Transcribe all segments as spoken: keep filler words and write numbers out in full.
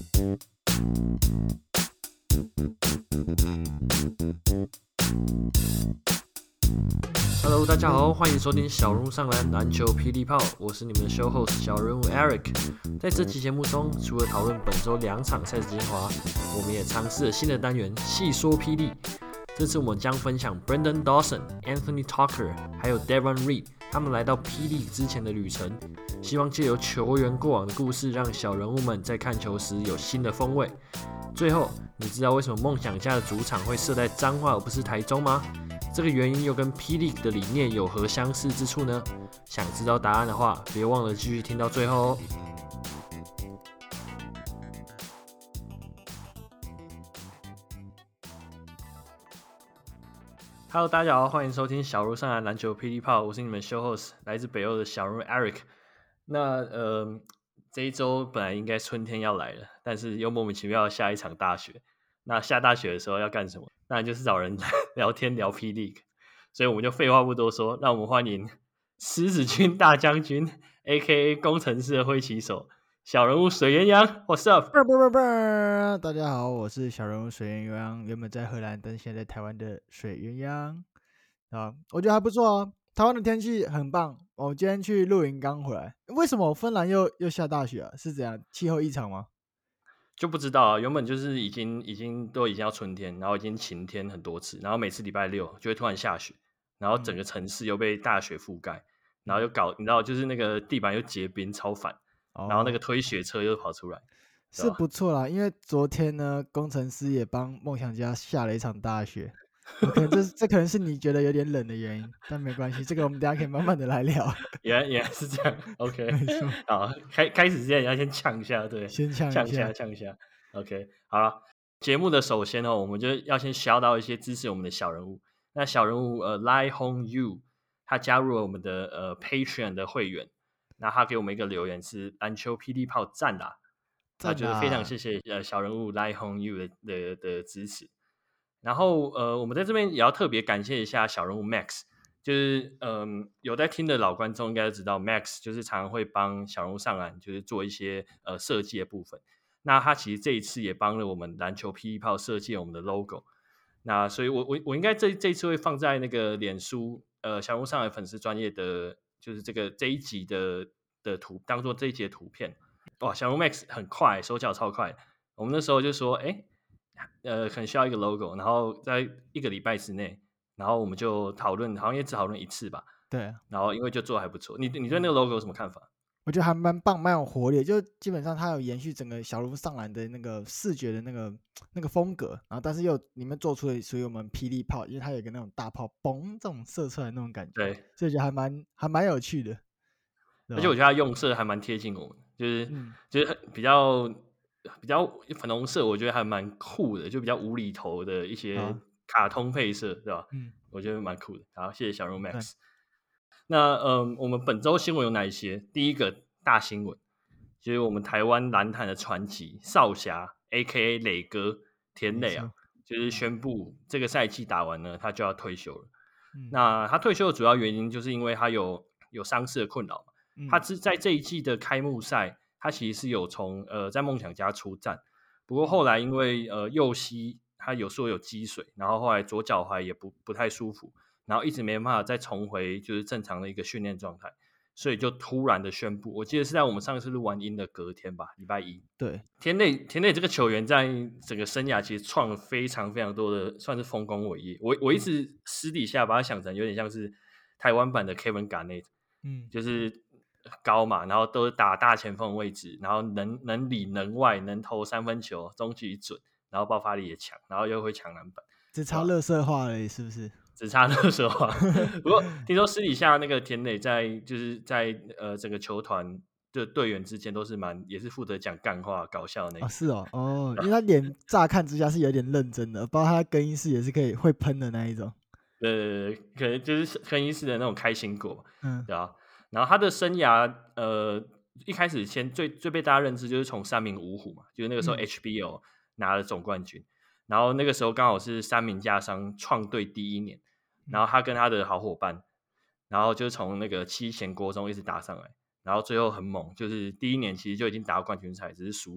Hello， 大家好，欢迎收听小人物上篮篮球霹雳炮，我是你们的 show host 小人物 Eric。在这期节目中，除了讨论本周两场赛事精华，我们也尝试了新的单元细说霹雳。这次我们将分享 Brandon Dawson、Anthony Tucker 还有 Devon Reed 他们来到霹雳之前的旅程，希望借由球员过往的故事，让小人物们在看球时有新的风味。最后，你知道为什么梦想家的主场会设在彰化而不是台中吗？这个原因又跟霹雳的理念有何相似之处呢？想知道答案的话，别忘了继续听到最后哦。Hello， 大家好，欢迎收听小人物上篮篮球霹雳炮，我是你们 show host 来自北欧的小人物 Eric。那呃，这一周本来应该春天要来了，但是又莫名其妙下一场大雪。那下大雪的时候要干什么？当然就是找人聊天聊霹雳。所以我们就废话不多说，让我们欢迎狮子军大将军 A K A 工程师的挥旗手小人物水鸳鸯 What's up？ 啵啵啵啵，大家好，我是小人物水鸳鸯，原本在荷兰，但现在在台湾的水鸳鸯啊，我觉得还不错啊。台湾的天气很棒，我今天去露营刚回来。为什么芬兰又又下大雪啊？是怎样气候异常吗？ 就不知道啊，原本就是已经已经都已经要春天，然后已经晴天很多次，然后每次礼拜六就会突然下雪，然后整个城市又被大雪覆盖，嗯、然后又搞你知道就是那个地板又结冰超烦，哦、然后那个推雪车又跑出来， 是不错啦。因为昨天呢，工程师也帮梦想家下了一场大雪。可能这这可能是你觉得有点冷的原因，但没关系，这个我们等一下可以慢慢的来聊。 原来原来是这样 ，OK， 好，开开始之前要先呛一下，对， 先呛一下，呛一下 ，OK， 好了，节目的首先哦，我们就要先shout out一些支持我们的小人物。那小人物呃 Lai Hong Yu， 他加入了我们的呃 Patreon 的会员，那他给我们一个留言是篮球霹雳炮赞啦，那就是非常谢谢呃小人物 Lai Hong Yu 的的的支持。然后呃，我们在这边也要特别感谢一下小人物 Max， 就是嗯、呃，有在听的老观众应该都知道 Max 就是常常会帮小人物上篮，就是做一些呃设计的部分。那他其实这一次也帮了我们篮球霹雳炮设计我们的 logo。那所以我我我应该这这一次会放在那个脸书呃小人物上篮粉丝专页的，就是这个这一集的的图，当做这一集的图片。哇，小人物 Max 很快，手脚超快。我们那时候就说，哎。呃，可能需要一个 logo， 然后在一个礼拜之内，然后我们就讨论，好像也只讨论一次吧。 对， 然后因为就做得还不错。你你对那个 logo 有什么看法？ 我觉得还蛮棒，蛮有活力，就基本上它有延续整个小人物上篮的那个视觉的那个那个风格，然后但是又里面做出了属于我们霹雳炮，因为它有一个那种大炮嘣这种射出来的那种感觉， 对， 所以觉得还蛮还蛮有趣的。 而且我觉得它用色还蛮贴近我们，就是、嗯、就是比较比较粉红色，我觉得还蛮酷的，就比较无厘头的一些卡通配色，对吧？嗯，我觉得蛮酷的。好，谢谢小人物 Max。那嗯，我们本周新闻有哪一些？第一个大新闻就是我们台湾篮坛的传奇少侠 A K A 磊哥田磊啊，就是宣布这个赛季打完呢，他就要退休了。嗯、那他退休的主要原因就是因为他有有伤势的困扰嘛。嗯、他是在这一季的开幕赛，他其实是有从呃在梦想家出战，不过后来因为呃右膝他有说有积水，然后后来左脚踝也不不太舒服。然后一直没办法再重回就是正常的一个训练状态，所以就突然的宣布，我记得是在我们上次录完音的隔天吧，礼拜一。 对， 田磊田磊这个球员在整个生涯其实创了非常非常多的算是丰功伟业。我我一直私底下把他想成有点像是台湾版的 Kevin Garnett， 嗯，就是高嘛，然后都是打大前锋位置，然后能能里能外，能投三分球，中距准，然后爆发力也强，然后又会抢篮板， 只差垃圾话而已，是不是？ 只差那时候啊，不过听说私底下那个田磊在就是在呃整个球团的队员之间都是蛮也是负责讲干话搞笑的那个、 哦、是哦哦，因为他脸乍看之下是有点认真的，包括他更衣室也是可以会喷的那一种。 对，可能就是更衣室的那种开心果，嗯，对吧？然后他的生涯呃一开始先最最被大家认知就是从三名五虎嘛，就是那个时候 H B O 拿了总冠军。嗯，然后那个时候刚好是三名家商创队第一年，然后他跟他的好伙伴，然后就从那个七贤国中一直打上来，然后最后很猛，就是第一年其实就已经打到冠军赛，只是输了，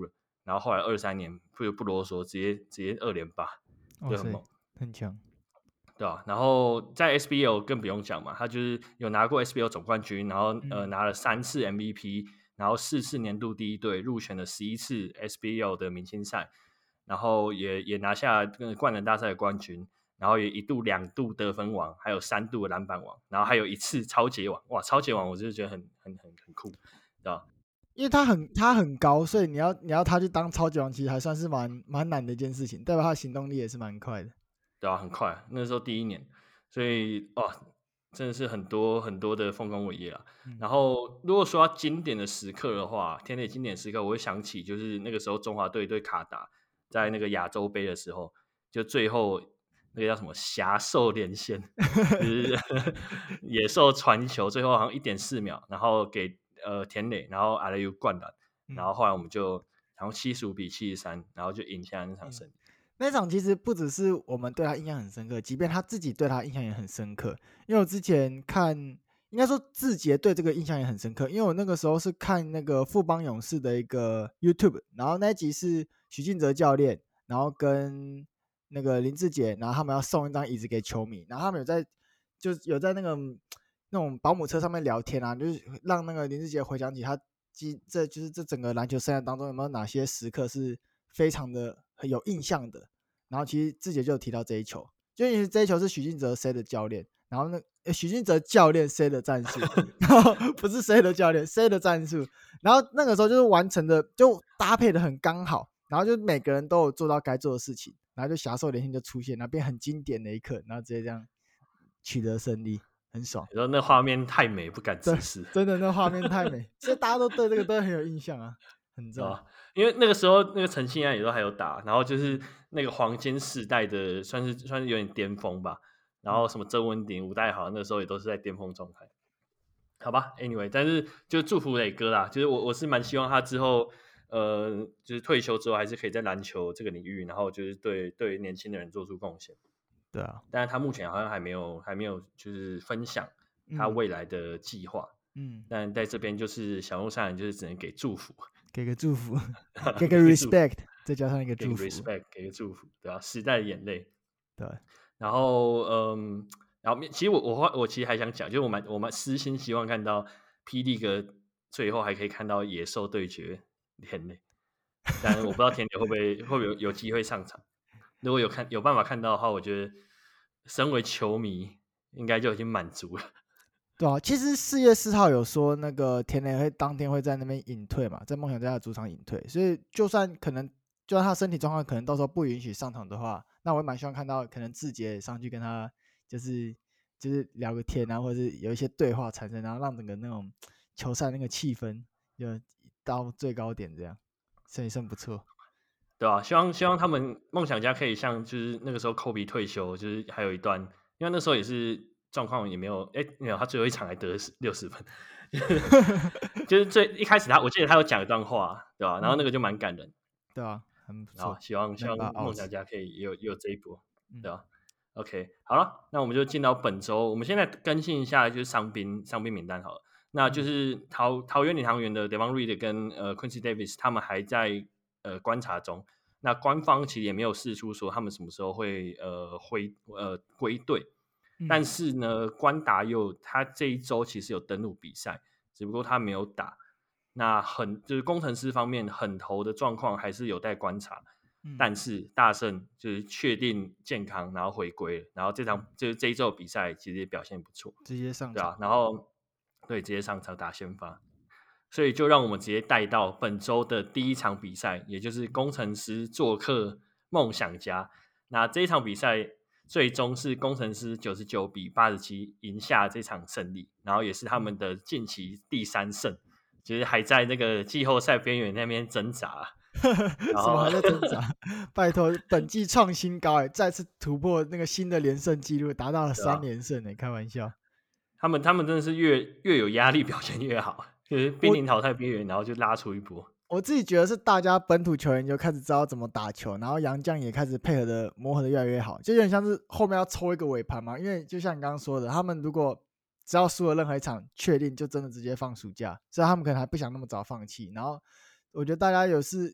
然后后来二三年不不啰嗦，直接直接二连霸，就很猛， 很强。 对吧、啊？然后在 S B L 更不用讲嘛，他就是有拿过 S B L 总冠军，然后、嗯、呃拿了三次 M V P， 然后四次年度第一队，入选了十一次 S B L 的明星赛，然后也也拿下灌篮大赛的冠军，然后也一度两度得分王，还有三度的篮板王，然后还有一次超节王，哇，超节王我就觉得很很很很酷，对吧？ 因为他很他很高，所以你要你要他去当超级王，其实还算是蛮蛮难的一件事情，代表他行动力也是蛮快的。 对啊，很快，那时候第一年，所以哇，真的是很多很多的丰功伟业啊。嗯、然后如果说要经典的时刻的话，田磊经典时刻，我会想起就是那个时候中华队对卡达在那个亚洲杯的时候，就最后那个叫什么侠兽连线，就是野兽传球，最后好像一点四秒，然后给呃田磊，然后阿雷尤灌篮，然后后来我们就然后七十五比七十三，然后就赢下那场胜利。嗯那场其实不只是我们对他印象很深刻，即便他自己对他印象也很深刻。因为我之前看，应该说志杰对这个印象也很深刻，因为我那个时候是看那个富邦勇士的一个 YouTube， 然后那一集是许晋哲教练，然后跟那个林志杰，然后他们要送一张椅子给球迷，然后他们有在就有在那个那种保姆车上面聊天啊，就是让那个林志杰回想起他这就是这整个篮球生涯当中有没有哪些时刻是非常的很有印象的。然后其实志杰就有提到这一球，就因为这一球是许晋哲 C 的教练，然后那许晋哲教练 C 的战术，然后不是 C 的教练 C 的战术，然后那个时候就是完成的就搭配的很刚好，然后就每个人都有做到该做的事情，然后就侠兽连线就出现，然后变很经典的一刻，然后直接这样取得胜利，很爽。 然后那画面太美，不敢直视， 真的那画面太美，所以大家都对这个都很有印象啊。很赞、 啊，因为那个时候那个陈信安也都还有打，然后就是那个黄金时代的算是算是有点巅峰吧，然后什么郑文鼎、吴代豪那时候也都是在巅峰状态，好吧 ，anyway， 但是就祝福磊哥啦，就是我我是蛮希望他之后呃就是退休之后还是可以在篮球这个领域，然后就是对对年轻的人做出贡献。 对啊， 但是他目前好像还没有还没有就是分享他未来的计划，嗯，但在这边就是小路上人就是只能给祝福。 给个祝福，给个 respect， 再加上一个祝福， 给个 respect， 给个祝福，对吧、啊？时代的眼泪， 对。 然后，嗯，然后其实我我我其实还想讲，就是我们我们私心希望看到霹雳哥最后还可以看到野兽对决眼泪，但我不知道田磊会不会会不会有有机会上场。如果有看有办法看到的话，我觉得身为球迷应该就已经满足了。 对啊，其实四月四号有说那个田磊会当天会在那边隐退嘛，在梦想家的主场隐退，所以就算可能就算他身体状况可能到时候不允许上场的话，那我也蛮希望看到可能志杰上去跟他就是就是聊个天啊，或者是有一些对话产生，然后让整个那种球赛那个气氛就到最高点，这样算也算不错。 对啊，希望希望他们梦想家可以像就是那个时候科比退休，就是还有一段，因为那时候也是。状况也没有，哎，没有，他最后一场还得六十分，就是最一开始他，我记得他有讲一段话，对吧、啊？然后那个就蛮感人， 对啊，很不错。 希望希望梦想家可以也有也有这一波，对吧、啊、？OK， 好了，那我们就进到本周，我们现在更新一下就是伤兵伤兵名单好了，那就是桃桃园领航员的 Devon Reed 跟呃 Quincy Davis 他们还在呃观察中，那官方其实也没有释出说他们什么时候会呃回呃归队。但是呢，关达佑他这一周其实有登陆比赛，只不过他没有打。那很就是工程师方面很投的状况还是有待观察。嗯、但是大胜就是确定健康，然后回归了。然后这场就是这一周比赛其实也表现不错， 直接上场， 对啊，然后对直接上场打先发，所以就让我们直接带到本周的第一场比赛，也就是工程师做客梦想家。那这一场比赛。最终是工程师九十九比八十七赢下这场胜利，然后也是他们的近期第三胜，就是还在那个季后赛边缘那边挣扎。 什么还在挣扎？拜托，本季创新高哎，再次突破那个新的连胜纪录，达到了三连胜哎，开玩笑。 他们他们真的是越越有压力，表现越好，就是濒临淘汰边缘，然后就拉出一波。 我自己觉得是大家本土球员就开始知道怎么打球，然后洋将也开始配合的磨合的越来越好，就有点像是后面要抽一个尾盘嘛。因为就像你刚刚说的，他们如果只要输了任何一场，确定就真的直接放暑假，所以他们可能还不想那么早放弃。然后我觉得大家有是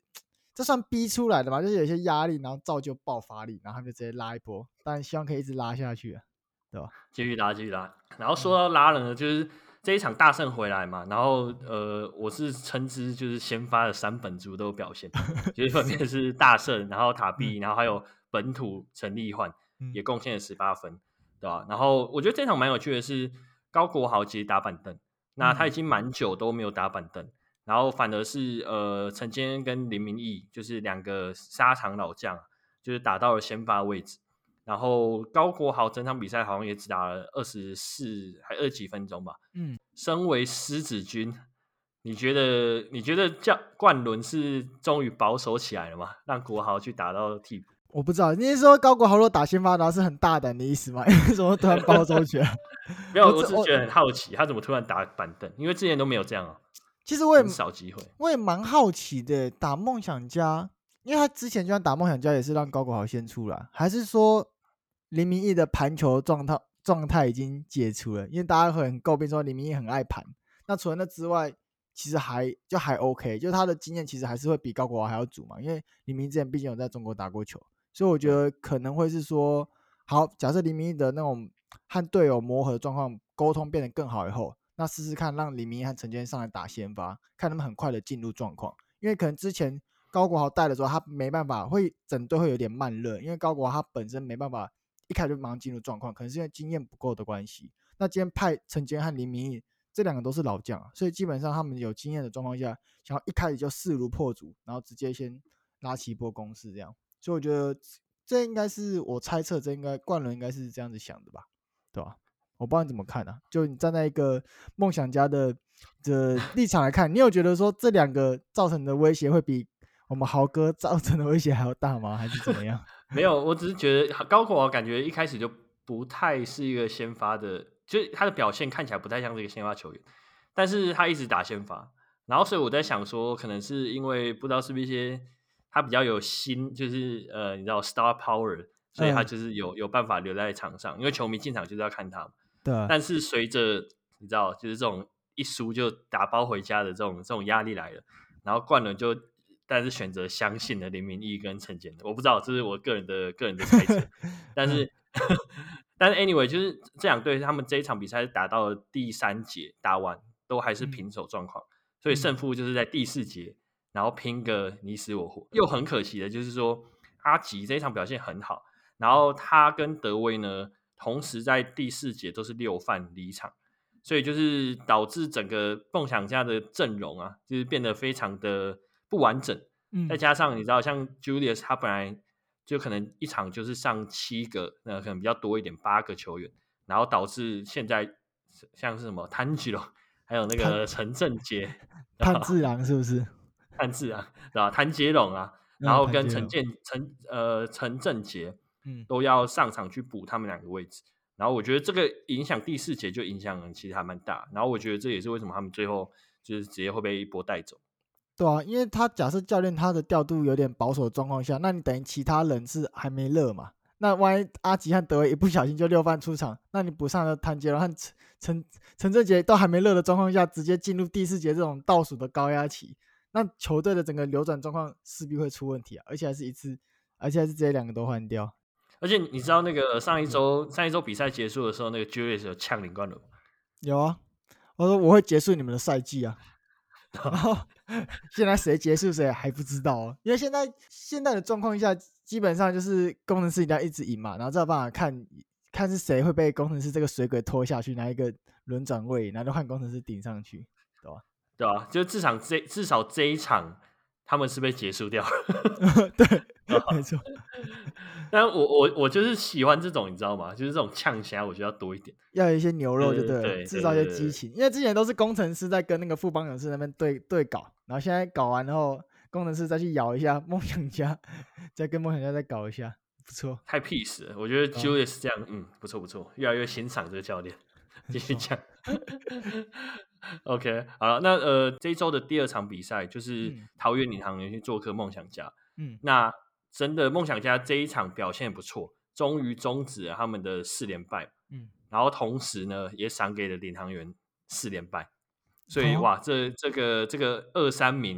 这算逼出来的嘛？就是有些压力，然后造就爆发力，然后他们就直接拉一波，但希望可以一直拉下去，对吧？ 继续拉，继续拉。然后说到拉了呢，就是这一场大胜回来嘛，然后呃，我是称之就是先发的三本猪都有表现，就是分别是大胜，然后塔碧，然后还有本土陈立焕也贡献了十八分，对吧？然后我觉得这场蛮有趣的是高国豪其实打板凳，那他已经蛮久都没有打板凳。然后反而是呃陈坚恩跟林明义就是两个沙场老将，就是打到了先发位置。然后高国豪整场比赛好像也只打了二十四还二几分钟吧。嗯，身为狮子军，你觉得你觉得叫冠伦是终于保守起来了吗？让国豪去打到替补？ 我不知道，你是说高国豪如果打先发，然后是很大胆的意思吗？为什么突然保守起来？ 没有，我只是觉得很好奇，他怎么突然打板凳？因为之前都没有这样啊。 其实我也很少机会， 我也蛮好奇的。打梦想家，因为他之前就算打梦想家也是让高国豪先出来，还是说林明义的盘球状态状态已经解除了？因为大家会很诟病说林明义很爱盘，那除了那之外，其实还就还 OK， 就他的经验其实还是会比高国豪还要足嘛。因为林明义之前毕竟有在中国打过球，所以我觉得可能会是说，好，假设林明义的那种和队友磨合的状况沟通变得更好以后。那试试看，让林明义和陈坚上来打先发，看他们很快的进入状况。因为可能之前高国豪带的时候，他没办法，会整队会有点慢热，因为高国豪他本身没办法一开始就马上进入状况，可能是因为经验不够的关系。那今天派陈坚和林明义这两个都是老将啊，所以基本上他们有经验的状况下，想要一开始就势如破竹，然后直接先拉起一波攻势这样。所以我觉得这应该是我猜测，这应该冠伦应该是这样子想的吧，对吧？我不知道你怎么看啊？就你站在一个梦想家的的立场来看，你有觉得说这两个造成的威胁会比我们豪哥造成的威胁还要大吗？还是怎么样？ 没有，我只是觉得高国豪感觉一开始就不太是一个先发的，就是他的表现看起来不太像是一个先发球员，但是他一直打先发，然后所以我在想说，可能是因为不知道是不是一些他比较有心，就是呃，你知道 star power， 所以他就是有、嗯、有办法留在场上，因为球迷进场就是要看他嘛。 对、啊。 但是随着你知道，就是这种一输就打包回家的这种这种压力来了，然后冠伦就。但是选择相信了林明义跟陈坚，我不知道，这是我个人的个人的猜测。但是，嗯、但是 anyway， 就是这两队他们这一场比赛打到了第三节，打完都还是平手状况，嗯、所以胜负就是在第四节，然后拼个你死我活。又很可惜的就是说，阿吉这一场表现很好，然后他跟德威呢，同时在第四节都是六犯离场。所以就是导致整个梦想家的阵容啊，就是变得非常的不完整。嗯、再加上你知道，像 Julius 他本来就可能一场就是上七个，呃，可能比较多一点，八个球员，然后导致现在像是什么炭治郎，还有那个陈正杰、 炭治郎是不是？ 炭治郎对吧？炭杰龙啊，然后跟陈建陈呃陈正杰，嗯，都要上场去补他们两个位置。然后我觉得这个影响第四节就影响其实还蛮大，然后我觉得这也是为什么他们最后就是直接会被一波带走。 对啊，因为他假设教练他的调度有点保守的状况下，那你等于其他人是还没热嘛？那万一阿吉和德威一不小心就六犯出场，那你补上了谭杰龙和陈陈陈正杰都还没热的状况下，直接进入第四节这种倒数的高压期，那球队的整个流转状况势必会出问题啊！而且还是一次，而且还是直接两个都换掉。 而且你知道那个上一周上一周比赛结束的时候，那个 Julius 有呛林冠伦吗？ 有啊，我说我会结束你们的赛季啊。然后现在谁结束谁还不知道哦，因为现在现在的状况下，基本上就是工程师一定要一直赢嘛，然后再有办法看看是谁会被工程师这个水鬼拖下去，拿一个轮转位，然后就换工程师顶上去，对吧？ 对啊，就至少这至少这一场他们是被结束掉了。 对，没错。 但我我我就是喜欢这种，你知道吗？就是这种呛虾，我觉得要多一点， 要有一些牛肉就对了， 对对至少一些激情。因为之前都是工程师在跟那个富邦勇士那边对对搞，然后现在搞完后，工程师再去咬一下梦想家，再跟梦想家再搞一下，不错。 太 peace 了，我觉得 Julius 这样，哦、嗯，不错不错，越来越欣赏这个教练。继续讲。OK， 好了，那呃这一周的第二场比赛就是桃园领航员去做客梦想家。嗯，那真的梦想家这一场表现不错，终于终止了他们的四连败。嗯，然后同时呢，也赏给了领航员四连败。所以、哦、哇，这这个这个二三名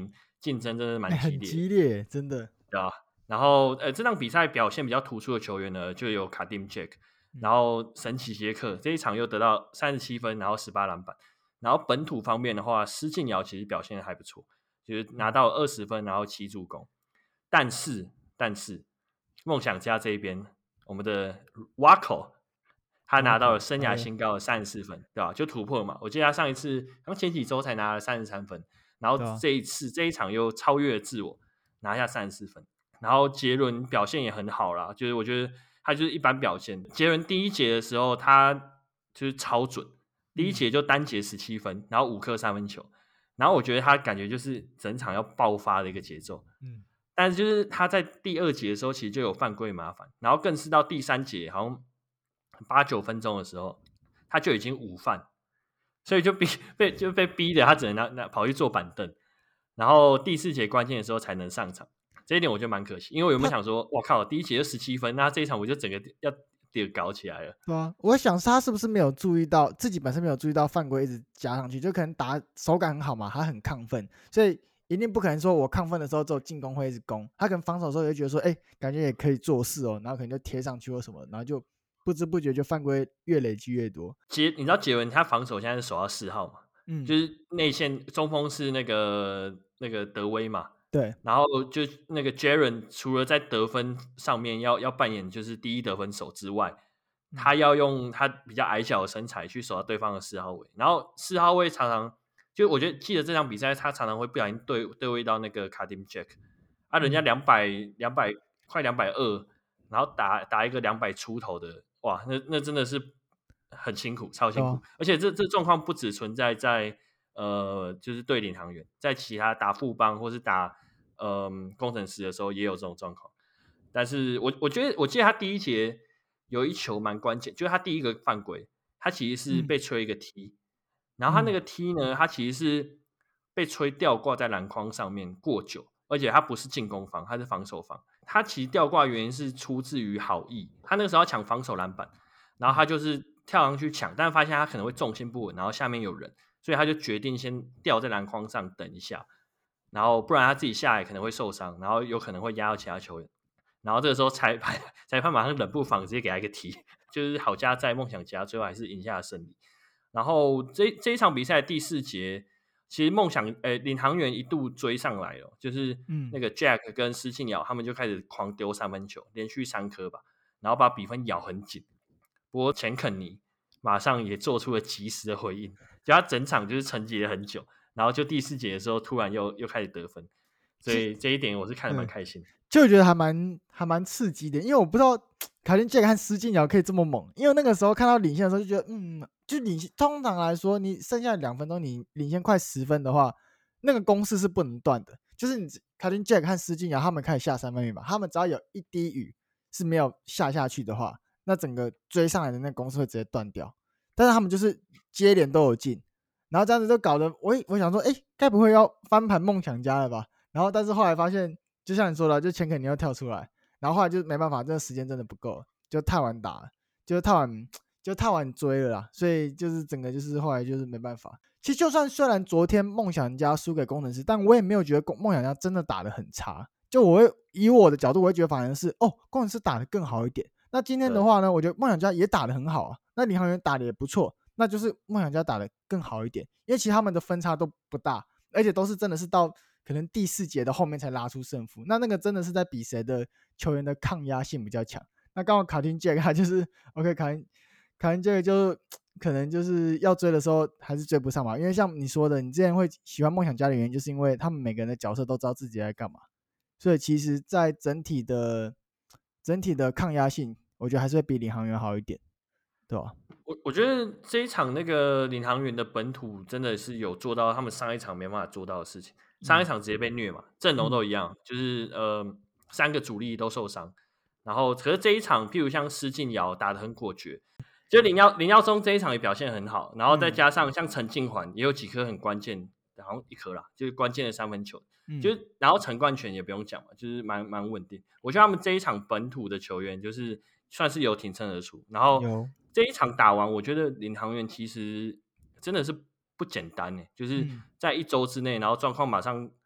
竞争真的蛮欸、 激烈的， 很激烈，真的， 对吧？然后呃，这场比赛表现比较突出的球员呢，就有卡丁 Jack，然后神奇杰克这一场又得到三十七分，然后十八篮板。然后本土方面的话，施晋尧其实表现还不错，就是拿到二十分，然后七助攻。但是，但是梦想家这一边，我们的 Wako 他拿到了生涯新高的三十四分，对吧？就突破了嘛。我记得他上一次，刚前几周才拿了三十三分，然后这一次、啊、这一场又超越了自我，拿下三十四分。然后杰伦表现也很好啦，就是我觉得他就是一般表现。杰伦第一节的时候，他就是超准，第一节就单节十七分，然后五颗三分球，然后我觉得他感觉就是整场要爆发的一个节奏。嗯，但是就是他在第二节的时候，其实就有犯规麻烦，然后更是到第三节好像八九分钟的时候，他就已经五犯，所以就逼被就被逼的，他只能拿拿跑去坐板凳，然后第四节关键的时候才能上场。这一点我觉得蛮可惜，因为我原本想说，我靠，第一节就十七分，那这一场我就整个要得搞起来了。 对啊，我想是他是不是没有注意到自己本身没有注意到犯规一直加上去，就可能打手感很好嘛，他很亢奋，所以一定不可能说我亢奋的时候只有进攻会一直攻，他可能防守的时候就觉得说，哎、欸，感觉也可以做事哦，然后可能就贴上去或什么，然后就不知不觉就犯规越累积越多。 杰，你知道杰文他防守现在是守到四号嘛？嗯，就是内线中锋是那个那个德威嘛。 对， 然后就那个 Jaren 除了在得分上面要要扮演就是第一得分手之外，嗯、他要用他比较矮小的身材去守到对方的四号位，然后四号位常常就我觉得记得这场比赛他常常会不小心对对位到那个卡丁 Jack， 啊人家两百两百快两百二，然后打打一个两百出头的，哇，那那真的是很辛苦，超辛苦，哦、而且这这状况不只存在在呃就是对领航员，在其他打富邦或是打嗯，工程师的时候也有这种状况，但是我我觉得，我记得他第一节有一球蛮关键，就是他第一个犯规，他其实是被吹一个踢，嗯、然后他那个踢呢，他其实是被吹吊挂在篮筐上面过久，而且他不是进攻方，他是防守方，他其实吊挂原因是出自于好意，他那个时候要抢防守篮板，然后他就是跳上去抢，但是发现他可能会重心不稳，然后下面有人，所以他就决定先吊在篮筐上等一下。然后不然他自己下来可能会受伤，然后有可能会压到其他球员，然后这个时候裁判裁判马上冷不防直接给他一个踢，就是好家在梦想家最后还是赢下了胜利。然后这这一场比赛的第四节，其实梦想呃领航员一度追上来了，就是那个 Jack 跟施晋尧他们就开始狂丢三分球，连续三颗吧，然后把比分咬很紧。不过钱肯尼马上也做出了及时的回应，就他整场就是沉寂了很久。然后就第四节的时候，突然又又开始得分，所以这一点我是看得蛮开心的， 就觉得还蛮还蛮刺激的。因为我不知道卡丁杰和施晋尧可以这么猛，因为那个时候看到领先的时候就觉得，嗯，就领通常来说，你剩下两分钟你领先快十分的话，那个攻势是不能断的。就是你卡丁杰和施晋尧他们开始下三分雨嘛，他们只要有一滴雨是没有下下去的话，那整个追上来的那个攻势会直接断掉。但是他们就是接连都有进。然后这样子就搞得我我想说，哎，该不会要翻盘梦想家了吧？然后但是后来发现，就像你说的，就钱肯尼要跳出来，然后后来就没办法，这个时间真的不够，就太晚打了，就太晚就太晚追了啦，所以就是整个就是后来就是没办法。其实就算虽然昨天梦想家输给工程师，但我也没有觉得梦想家真的打得很差。就我会以我的角度，我会觉得反而是哦，工程师打得更好一点。那今天的话呢，我觉得梦想家也打得很好啊，那领航员打得也不错。那就是梦想家打得更好一点，因为其实他们的分差都不大，而且都是真的是到可能第四节的后面才拉出胜负。那那个真的是在比谁的球员的抗压性比较强。那刚好卡丁杰克他就是 OK， 卡丁卡丁杰克就可能就是要追的时候还是追不上嘛，因为像你说的，你之前会喜欢梦想家的原因，就是因为他们每个人的角色都知道自己在干嘛，所以其实在整体的整体的抗压性，我觉得还是会比领航员好一点。对吧？ 我我觉得这一场那个领航员的本土真的是有做到他们上一场没办法做到的事情。上一场直接被虐嘛，阵容都一样，就是呃三个主力都受伤。然后可是这一场，譬如像施晋尧打得很果决，就林耀林耀宗这一场也表现很好。然后再加上像陈敬环也有几颗很关键，好像一颗啦，就是关键的三分球。就是然后陈冠全也不用讲嘛，就是蛮蛮稳定。我觉得他们这一场本土的球员就是算是有挺身而出，然后。这一场打完，我觉得领航员其实真的是不简单耶，就是在一周之内，然后状况马上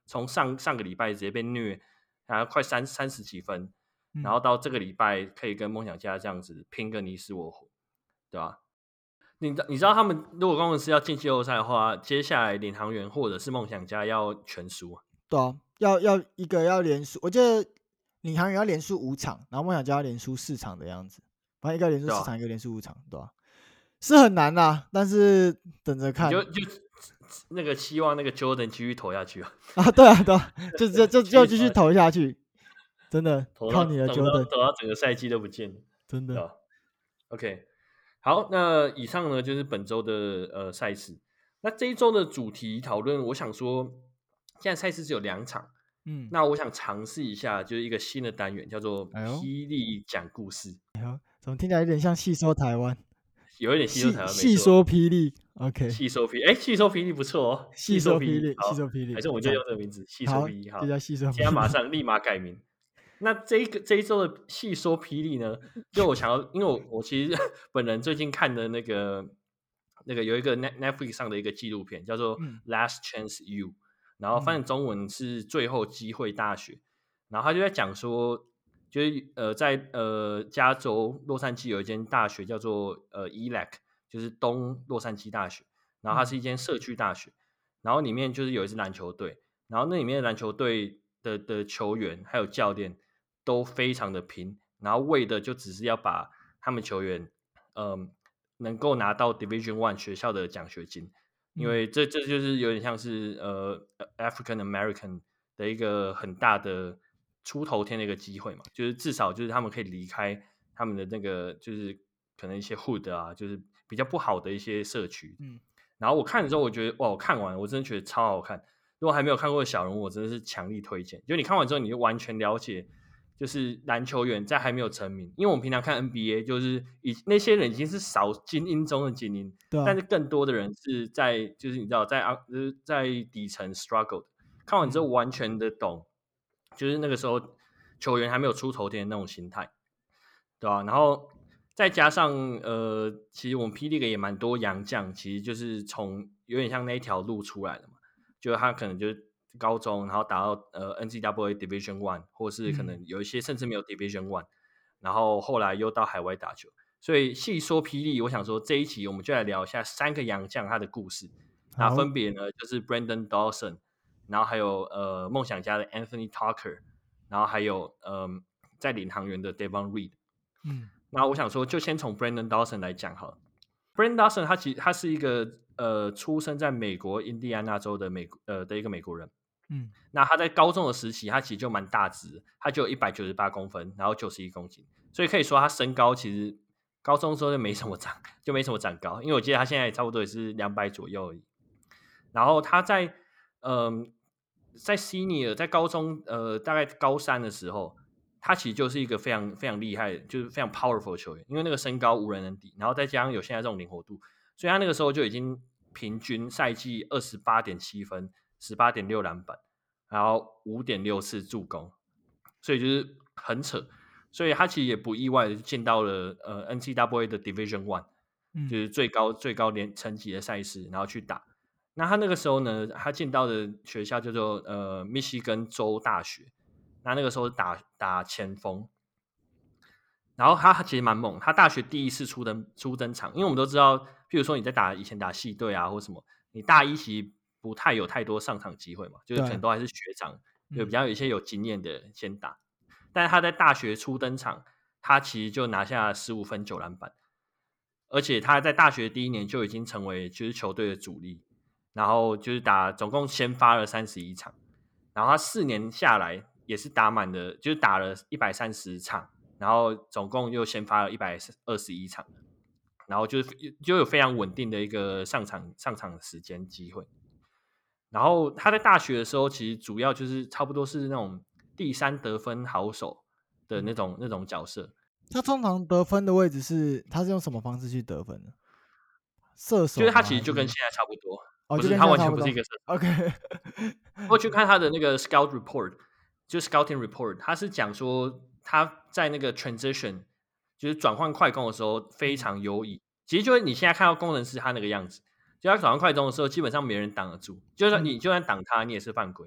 从上上个礼拜直接被虐，然后快三三十几分， 嗯然后到这个礼拜可以跟梦想家这样子拼个你死我活，对吧？你你知道他们如果工程师要进季后赛的话，接下来领航员或者是梦想家要全输啊。 对啊，要要一个要连输，我记得领航员要连输五场，然后梦想家要连输四场的样子，反正一个连输四场，一个连输五场，对吧、啊？是很难啦，但是等着看。 就就那个希望那个 Jordan 继续投下去啊！ 啊，对啊，对啊，就就就就继续投下去，真的靠你的 Jordan， 投到整个赛季都不见了， 真的。 啊、OK， 好，那以上呢就是本周的呃赛事。那这一周的主题讨论，我想说，现在赛事只有两场，嗯，那我想尝试一下，就是一个新的单元，叫做霹雳讲故事。 哎呦，怎么听起来有点像细说台湾？ 有一点细说台湾， 细说霹雳 ，OK， 细说霹雳，哎，细说霹雳不错哦， 细说霹雳，细说霹雳， 还是我们就用这个名字，细说霹雳，好， 就叫细说霹雳， 现在马上立马改名。那这一个这一周的细说霹雳呢，就我想要，因为我我其实本人最近看的那个那个有一个 Netflix 上的一个纪录片，叫做《Last Chance U》，然后翻译中文是最后机会大学，然后他就在讲说。就是呃，在呃加州洛杉矶有一间大学叫做呃 E L A C， 就是东洛杉矶大学，然后它是一间社区大学，然后里面就是有一支篮球队，然后那里面的篮球队的的球员还有教练都非常的拼，然后为的就只是要把他们球员呃能够拿到 Division One 学校的奖学金，因为这这就是有点像是呃 African American 的一个很大的。出头天的一个机会嘛，就是至少就是他们可以离开他们的那个就是可能一些 hood 啊，就是比较不好的一些社区。嗯，然后我看的时候，我觉得哇，我看完我真的觉得超好看。如果还没有看过的小人物，我真的是强力推荐。就你看完之后，你就完全了解，就是篮球员在还没有成名，因为我们平常看 N B A， 就是以那些人已经是少精英中的精英，对、啊，但是更多的人是在就是你知道在啊就是在底层 struggle 的。看完之后完全的懂。就是那个时候球员还没有出头天的那种心态，对吧、啊？然后再加上呃，其实我们霹雳个也蛮多洋将，其实就是从有点像那一条路出来的嘛，就是他可能就是高中，然后打到呃 N C double A Division One， 或是可能有一些甚至没有 Division One，、嗯、然后后来又到海外打球。所以细说霹雳，我想说这一期我们就来聊一下三个洋将他的故事，那分别呢就是 Brandon Dawson。然后还有呃梦想家的 Anthony Tucker， 然后还有呃在领航员的 Devon Reed， 嗯，然后我想说就先从 Brandon Dawson 来讲好了。Brandon Dawson 他其实他是一个呃出生在美国印第安纳州的美呃的一个美国人，嗯，那他在高中的时期他其实就蛮大只，他就有一百九十八公分，然后九十一公斤，所以可以说他身高其实高中的时候就没什么长，就没什么长高，因为我记得他现在差不多也是两百左右而已。然后他在嗯。呃在 senior 在高中呃大概高三的时候，他其实就是一个非常非常厉害，就是非常 powerful 的球员，因为那个身高无人能敌，然后再加上有现在这种灵活度，所以他那个时候就已经平均赛季 二十八点七 分 十八点六 篮板，然后 五点六 次助攻，所以就是很扯，所以他其实也不意外的进到了呃 N C double A 的 Division One，、嗯、就是最高最高年层级的赛事，然后去打。那他那个时候呢，他进到的学校叫做呃密西根州大学，那那个时候打打前锋，然后他其实蛮猛，他大学第一次出登出登场，因为我们都知道，譬如说你在打以前打系队啊或什么，你大一其实不太有太多上场机会嘛，就是可能都还是学长，就比较有一些有经验的先打，但是他在大学初登场，他其实就拿下十五分九篮板，而且他在大学第一年就已经成为就是球队的主力。然后就是打，总共先发了三十一场，然后他四年下来也是打满了，就是打了一百三十场，然后总共又先发了一百二十一场，然后就是就有非常稳定的一个上场上场时间机会。然后他在大学的时候，其实主要就是差不多是那种第三得分好手的那种那种角色。 他通常得分的位置是，他是用什么方式去得分呢？射手？ 就是他其实就跟现在差不多。 哦， 不是，他完全不是一个射手。 OK， 我去看他的那个 Scout Report， 就 Scouting Report， 他是讲说他在那个 transition， 就是转换快攻的时候非常优异。其实就是你现在看到工程师他那个样子，就他转换快攻的时候，基本上没人挡得住，就算你就算挡他，你也是犯规。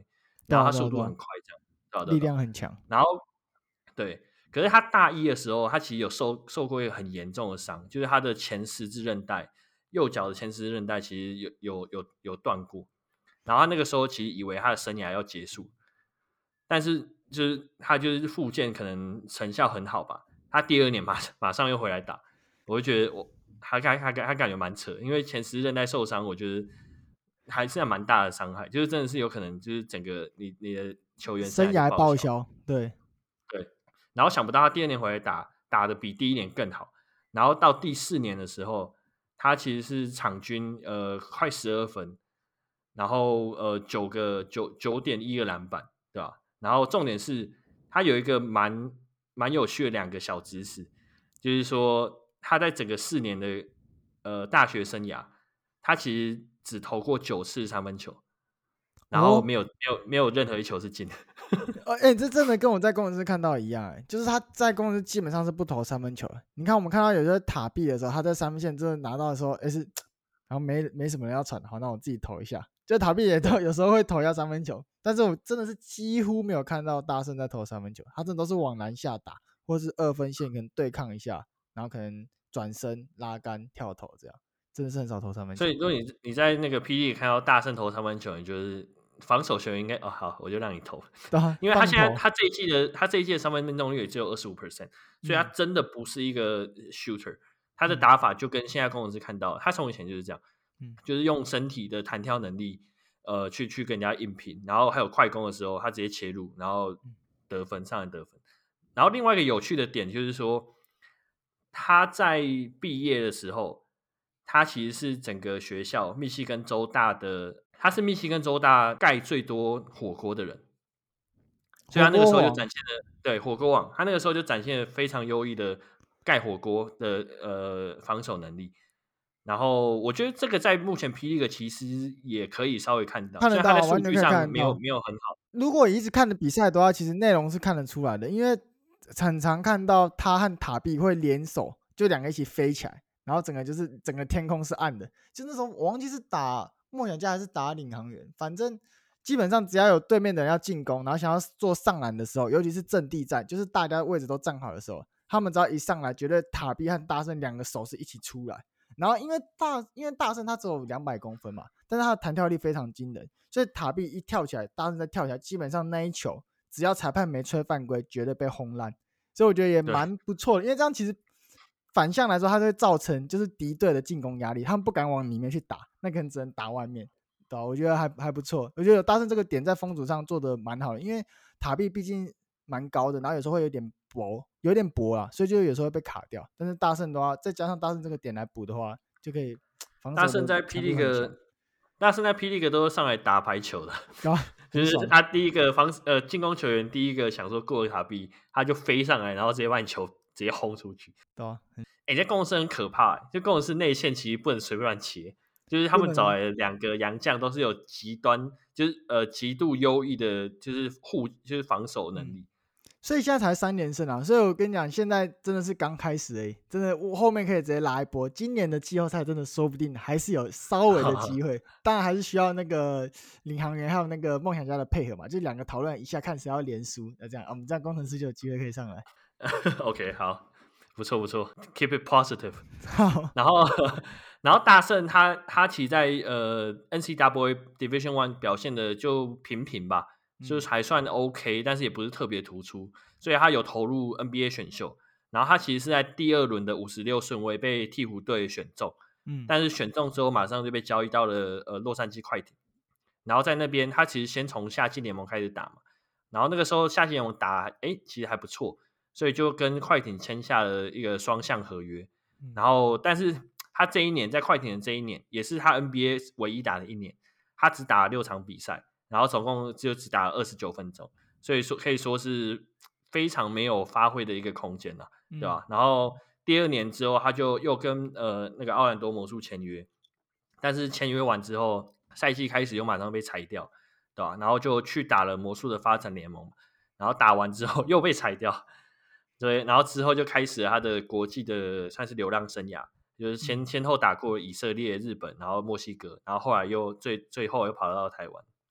然后他对啊对啊对啊， 速度很快，这样，对啊对啊力对啊量很强。 然后对，可是他大一的时候，他其实有受受过一个很严重的伤，就是他的前十字韧带，右脚的前十字韧带其实有有有有断过，然后他那个时候其实以为他的生涯要结束，但是就是他就是复健可能成效很好吧，他第二年马马上又回来打，我就觉得我他他他他感觉蛮扯，因为前十字韧带受伤，我觉得还是蛮大的伤害，就是真的是有可能就是整个你你的球员生涯就生涯报销。 报销，对， 对，然后想不到他第二年回来打，打的比第一年更好。然后到第四年的时候，他其实是场均呃快十二分，然后呃九个九九点一个篮板，对吧？然后重点是他有一个蛮蛮有趣的两个小知识，就是说他在整个四年的呃大学生涯，他其实只投过九次三分球，然后哦， 没有没有没有任何一球是进的。 呃，哎、这真的跟我在工程师看到一样、哎，就是他在工程师基本上是不投三分球的。你看我们看到有些塔壁的时候，他在三分线真的拿到的时候，哎、是，然后没没什么人要传，好，那我自己投一下。就塔壁也都有时候会投一下三分球，但是我真的是几乎没有看到大圣在投三分球，他真的都是往篮下打，或是二分线可能对抗一下，然后可能转身拉杆跳投这样，真的是很少投三分球。 所以，如果你你在那个 P D 看到大圣投三分球，你就是防守球员应该哦好，我就让你投， 对啊， 因为他放投， 现在他这一季的他这一季的三分命中率也只有二十五 percent，所以他嗯真的不是一个 shooter，他的嗯打法就跟现在工程师看到的，他从以前就是这样， 嗯， 就是用身体的弹跳能力，呃，去去跟人家硬拼，然后还有快攻的时候，他直接切入，然后得分上来得分。然后另外一个有趣的点就是说，他在毕业的时候，他其实是整个学校密西根州大的，他是密西根州大盖最多火锅的人，所以火他那个时候就锅王， 展现了对火锅网，他那个时候就展现了非常优异的盖火锅的呃防守能力。然后我觉得这个在目前霹雳个其实也可以稍微看到， 看得到啊， 虽然他在数完全可以据上看得到。 没有没有很好。 如果一直看的比赛的话，其实内容是看得出来的，因为很常看到他和塔比会联手，就两个一起飞起来，然后整个就是整个天空是暗的。就那时候我忘记是打梦想家还是打领航员，反正基本上只要有对面的人要进攻，然后想要做上篮的时候，尤其是阵地战，就是大家位置都站好的时候，他们只要一上来，绝对塔比和大圣两个手是一起出来。然后因为大因为大圣他只有两百公分嘛，但是他的弹跳力非常惊人，所以塔比一跳起来，大圣再跳起来，基本上那一球只要裁判没吹犯规，绝对被轰烂。所以我觉得也蛮不错的，因为这样其实反向来说，它会造成就是敌对的进攻压力，他们不敢往里面去打，那可能只能打外面。对吧？我觉得还还不错，我觉得大圣这个点在风组上做的蛮好的，因为塔比毕竟蛮高的，然后有时候会有点薄，有点薄啊，所以就有时候会被卡掉。但是大圣的话，再加上大圣这个点来补的话，就可以防守的大圣在霹强度很强。 雳个，大圣在霹雳个都是上来打排球的， 然后就是很爽， 他第一个防呃进攻球员第一个想说过了塔壁，他就飞上来，然后直接把你球直接轰出去。 对吧？ 哎、欸，在工程师很可怕、欸，就工程师内线其实不能随便乱切，就是他不能啊。 们找来的两个洋将都是有极端，就是呃极度优异的，就是护就是防守能嗯， 力。 所以现在才三连胜啊，所以我跟你讲，现在真的是刚开始而已，真的，我后面可以直接拉一波。今年的季后赛真的说不定还是有稍微的机会，当然还是需要那个领航员还有那个梦想家的配合嘛，就两个讨论一下，看谁要连输，那这样我们这样工程师就有机会可以上来。 OK，好，不错不错，keep it positive。 好， 然后，然后大圣他他其实在呃 N C A A Division One 表现的就平平吧，就是还算 OK，但是也不是特别突出，所以他有投入 N B A 选秀。然后他其实是在第二轮的五十六顺位被鹈鹕队选中， 嗯但是选中之后马上就被交易到了呃洛杉矶快艇。然后在那边他其实先从夏季联盟开始打嘛，然后那个时候夏季联盟打哎其实还不错，所以就跟快艇签下了一个双向合约。 嗯然后，但是他这一年在快艇的这一年，也是他 N B A 唯一打的一年，他只打了六场比赛，然后总共就只打了二十九分钟，所以说可以说是非常没有发挥的一个空间了，对吧？然后第二年之后，他就又跟呃那个奥兰多魔术签约，但是签约完之后，赛季开始又马上被裁掉，对吧？然后就去打了魔术的发展联盟，然后打完之后又被裁掉。对，然后之后就开始了他的国际的算是流浪生涯，就是先先后打过以色列、日本，然后墨西哥，然后后来又最最后又跑到台湾。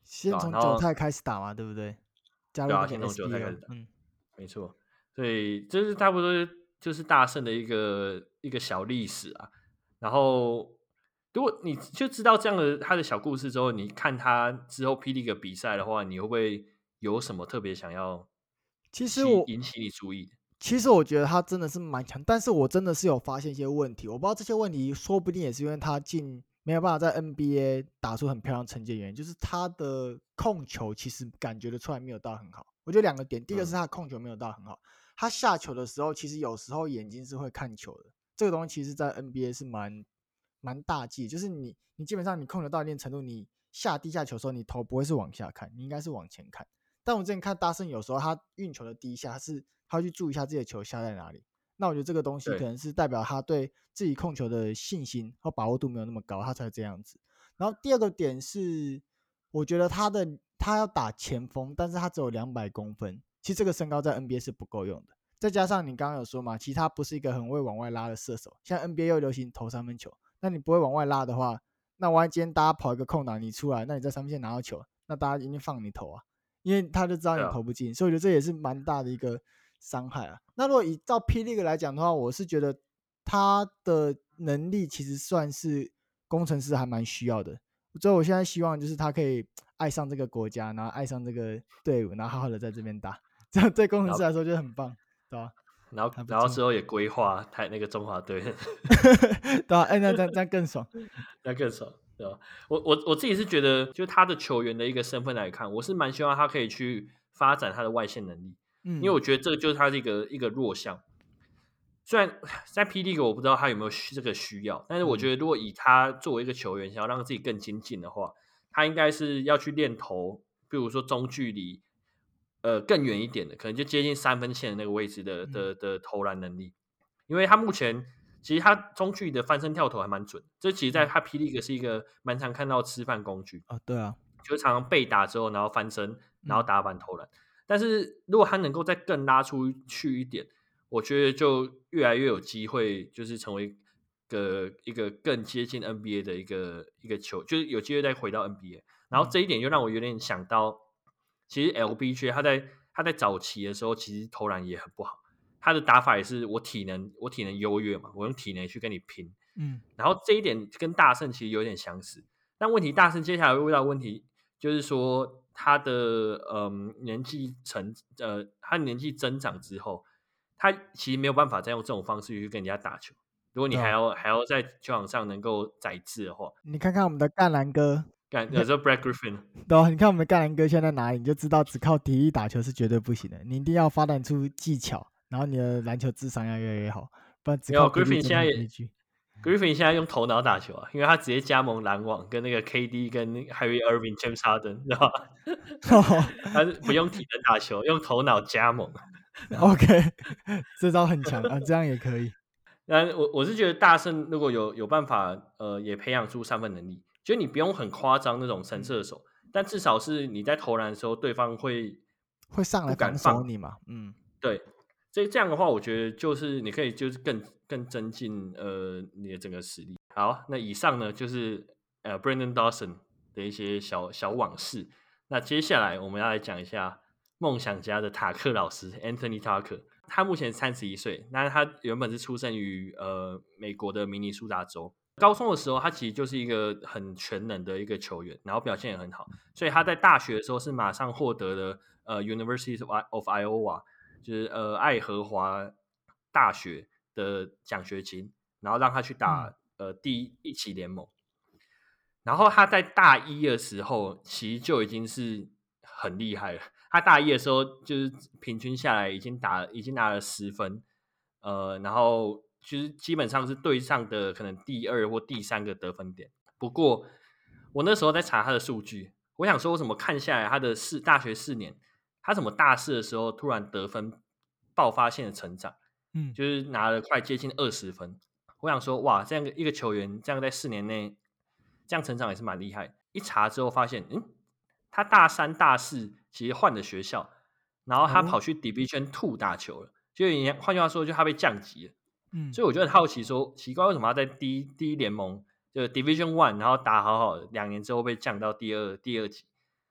先从然后九泰开始打嘛，对不对？加入对啊， 那个先从九泰开 S B L， 始打， 嗯， 没错。所以这是差不多就是大圣的一个一个小历史啊。然后如果你就知道这样的他的小故事之后，你看他之后霹雳个比赛的话，你会不会有什么特别想要其实我起引起你注意的？ 其实我觉得他真的是蛮强，但是我真的是有发现一些问题，我不知道这些问题说不定也是因为他进没有办法在 N B A 打出很漂亮成绩的原因，就是他的控球其实感觉得出来没有到很好。我觉得两个点，第一个是他的控球没有到很好，他下球的时候其实有时候眼睛是会看球的，这个东西其实在 N B A 是蛮蛮大忌，就是你你基本上你控球到一定程度，你下地下球的时候，你头不会是往下看，你应该是往前看。但我之前看大圣有时候他运球的第一下，他是他会去注意一下自己的球下在哪里。那我觉得这个东西可对， 能是代表他对自己控球的信心和把握度没有那么高，他才这样子。然后第二个点是，我觉得他的他要打前锋，但是他只有两百公分，其实这个身高在 N B A 是不够用的。再加上你刚刚有说嘛，其实他不是一个很会往外拉的射手，像 N B A 又流行投三分球，那你不会往外拉的话，那万一今天大家跑一个空档，你出来，那你在三分线拿到球，那大家一定放你投啊。因为他就知道对啊， 你投不进，所以我觉得这也是蛮大的一个伤害啊。那如果以照霹雳来讲的话，我是觉得他的能力其实算是工程师还蛮需要的。所以我现在希望就是他可以爱上这个国家，然后爱上这个队伍，然后好好的在这边打，这样对工程师来说就很棒，对吧？ 然后还不错， 然后之后也规划台那个中华队， 对吧？哎，那这样这样更爽。 那更少，对吧？我我我自己是觉得，就他的球员的一个身份来看，我是蛮希望他可以去发展他的外线能力，因为嗯我觉得这个就是他的一个一个弱项。虽然在 P. League 我不知道他有没有这个需要，但是我觉嗯得如果以他作为一个球员，想要让自己更精进的话，他应该是要去练投，比如说中距离，呃，更远一点的，可能就接近三分线的那个位置的嗯的的投篮能力。因为他目前其实他中距离的翻身跳投还蛮准，这其实在嗯， 他 P. League 是一个蛮常看到吃饭工具， 哦，对啊， 就常常被打之后，然后翻身，然后嗯打板投篮。但是如果他能够再更拉出去一点，我觉得就越来越有机会，就是成为个一个更接近 N B A 的一个一个球，就是有机会再回到 N B A。然后嗯这一点就让我有点想到，其实 L B J 他在他在早期的时候，其实投篮也很不好。他的打法也是我体能我体能优越嘛，我用体能去跟你拼。 嗯然后这一点跟大圣其实有点相似。但问题大圣接下来会遇到问题，就是说他的嗯年纪成呃他年纪增长之后，他其实没有办法再用这种方式去跟人家打球。如果你对啊， 还要还要在球场上能够宰制的话， 你看看我们的干篮哥，你看干呃这 Brad Griffin 对啊，你看我们的干篮哥现在在哪里，你就知道只靠体力打球是绝对不行的。你一定要发展出技巧，然后你的篮球智商要越来越好，不然只没有靠体力 Griffin 真的现在也很悲剧。 Griffin 现在用头脑打球啊，因为他直接加盟篮网，跟那个 K D 跟 Kyrie Irving、James Harden，知道吧？他是不用体能打球，用头脑加盟。 OK，这招很强啊，这样也可以。 但我我是觉得大圣如果有有办法，呃，也培养出三分能力，就你不用很夸张那种神射手，但至少是你在投篮的时候，对方会会上来不敢放。 防守你嘛？嗯对，这这样的话，我觉得就是你可以就是更更增进呃你的整个实力。好，那以上呢就是呃 Brandon Dawson 的一些小小往事。那接下来我们要来讲一下梦想家的塔克老师 Anthony Tucker。他目前三十一岁，那他原本是出生于呃美国的明尼苏达州。高中的时候，他其实就是一个很全能的一个球员，然后表现也很好，所以他在大学的时候是马上获得了呃 University of Iowa，就是呃爱荷华大学的奖学金，然后让他去打、 嗯呃第一一期联盟。然后他在大一的时候，其实就已经是很厉害了。他大一的时候，就是平均下来已经打已经拿了十分，呃，然后其实基本上是队上的可能第二或第三个得分点。不过我那时候在查他的数据，我想说，我怎么看下来他的四大学四年，他怎么大四的时候突然得分爆发性的成长， 嗯， 就是拿了快接近二十分。我想说，哇，这样一个球员，这样在四年内这样成长也是蛮厉害。一查之后发现，嗯，他大三、大四其实换了学校，然后他哦， 跑去 Division Two 打球了，就换句话说，就他被降级了。 嗯所以我就很好奇说，奇怪为什么他在第一第一联盟就 Division One，然后打好好的，两年之后被降到第二第二级。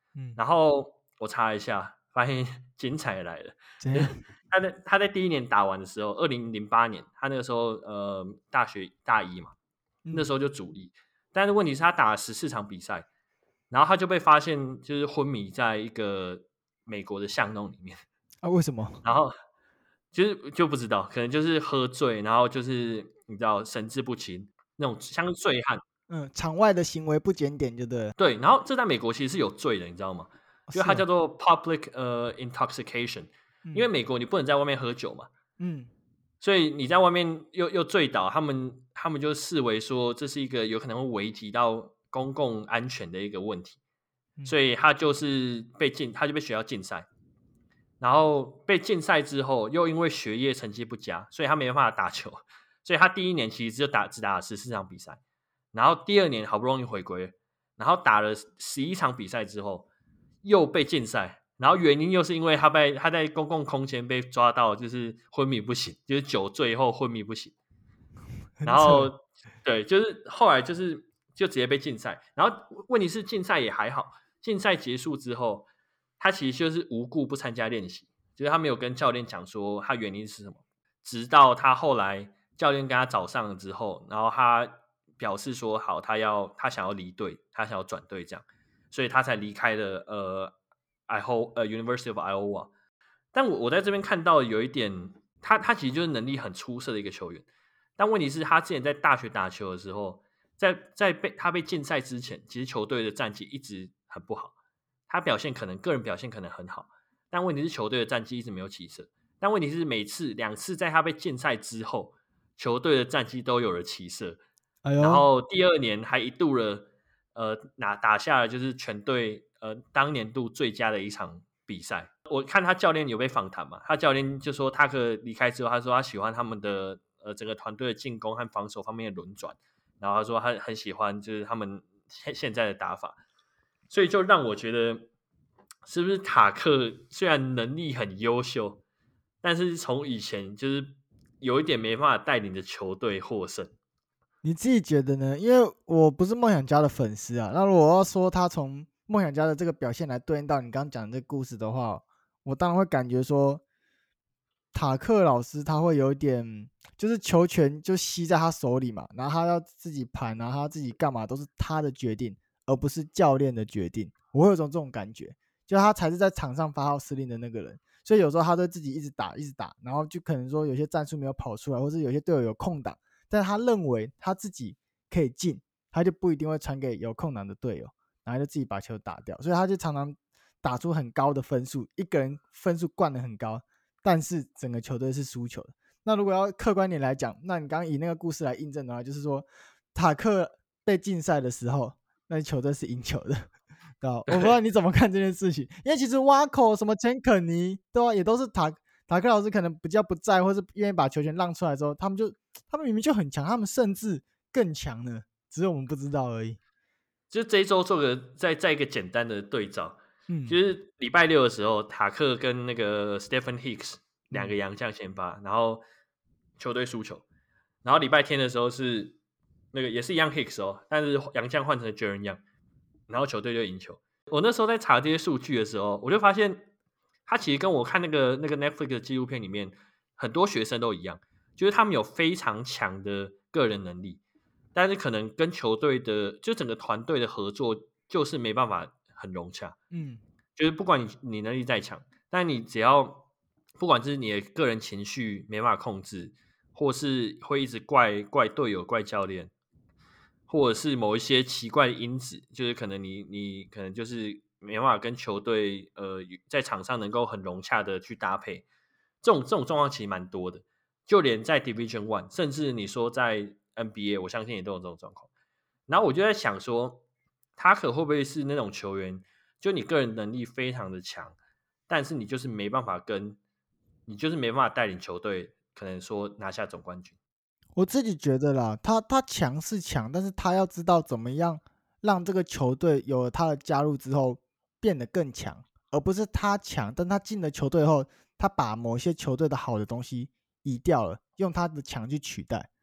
嗯， 然后我查了一下，发现精彩来了。 怎样？ 他在他在第一年打完的时候，二零零八年，他那个时候呃大学大一嘛，那时嗯， 候就主力。但是问题是，他打了十四场比赛，然后他就被发现就是昏迷在一个美国的巷弄里面， 啊，为什么？ 然后就是就不知道，可能就是喝醉，然后就是你知道神志不清那种像醉汉。 嗯，场外的行为不检点就对了。 对，然后这在美国其实是有罪的，你知道吗？因为哦是哦， 它叫做 public 呃 intoxication，因为嗯美国你不能在外面喝酒嘛， 嗯所以你在外面又又醉倒，他们他们就视为说这是一个有可能会危及到公共安全的一个问题， 嗯， 所以他就是被禁，他就被学校禁赛，然后被禁赛之后，又因为学业成绩不佳，所以他没办法打球，所以他第一年其实只有打只打了十四场比赛，然后第二年好不容易回归，然后打了十一场比赛之后，又被禁赛，然后原因又是因为他被他在公共空间被抓到，就是昏迷不醒，就是酒醉后昏迷不醒， 很扯。 然后对，就是后来就是就直接被禁赛，然后问题是禁赛也还好，禁赛结束之后，他其实就是无故不参加练习，就是他没有跟教练讲说他原因是什么，直到他后来教练跟他找上了之后，然后他表示说好，他要他想要离队，他想要转队这样，所以他才离开了呃 Iowa 呃 University of Iowa。但我我在这边看到有一点，他他其实就是能力很出色的一个球员，但问题是，他之前在大学打球的时候，在在被他被禁赛之前，其实球队的战绩一直很不好。他表现可能个人表现可能很好，但问题是球队的战绩一直没有起色。但问题是每次两次在他被禁赛之后，球队的战绩都有了起色。然哎呦， 后第二年还一度了，呃，拿打下了就是全队呃当年度最佳的一场比赛。我看他教练有被访谈嘛，他教练就说他可离开之后，他说他喜欢他们的呃整个团队的进攻和防守方面的轮转，然后他说他很喜欢就是他们现现在的打法，所以就让我觉得是不是塔克虽然能力很优秀，但是从以前就是有一点没办法带领着球队获胜。 你自己觉得呢？因为我不是梦想家的粉丝啊，那如果我要说他从梦想家的这个表现来对应到你刚刚讲的这个故事的话，我当然会感觉说，塔克老师他会有一点，就是球权就吸在他手里嘛，然后他要自己盘，然后他自己干嘛都是他的决定，而不是教练的决定。我会有种这种感觉，就他才是在场上发号施令的那个人。所以有时候他都自己一直打，一直打，然后就可能说有些战术没有跑出来，或是有些队友有空档。但是他认为他自己可以进，他就不一定会传给有空档的队友，然后就自己把球打掉，所以他就常常打出很高的分数，一个人分数灌得很高，但是整个球队是输球的。那如果要客观点来讲，那你刚刚以那个故事来印证的话，就是说塔克被禁赛的时候，那球队是赢球的。对吧？我不知道你怎么看这件事情，因为其实挖口什么钱肯尼对啊，也都是塔塔克老师可能比较不在，或是愿意把球权让出来之后，他们就他们明明就很强，他们甚至更强呢，只是我们不知道而已。 就这一周做个再再一个简单的对照，就嗯是礼拜六的时候，塔克跟那个 Stephen Hicks 两个嗯， 洋将先发，然后球队输球。然后礼拜天的时候是那个也是一样 Hicks 哦，但是洋将换成 Jaren Young，然后球队就赢球。我那时候在查这些数据的时候，我就发现他其实跟我看那个那个 Netflix 的纪录片里面很多学生都一样，就是他们有非常强的个人能力，但是可能跟球队的就整个团队的合作就是没办法很融洽。 嗯就是不管你你能力再强，但你只要不管是你的个人情绪没办法控制，或是会一直怪怪队友、怪教练，或者是某一些奇怪的因子，就是可能你你可能就是没办法跟球队呃在场上能够很融洽的去搭配，这种这种状况其实蛮多的。就连在 Division One，甚至你说在 N B A，我相信也都有这种状况。然后我就在想说，他可会不会是那种球员，就你个人能力非常的强，但是你就是没办法跟，你就是没办法带领球队，可能说拿下总冠军。 我自己觉得啦，他他强是强，但是他要知道怎么样让这个球队有了他的加入之后变得更强，而不是他强，但他进了球队后，他把某些球队的好的东西移掉了，用他的强去取代。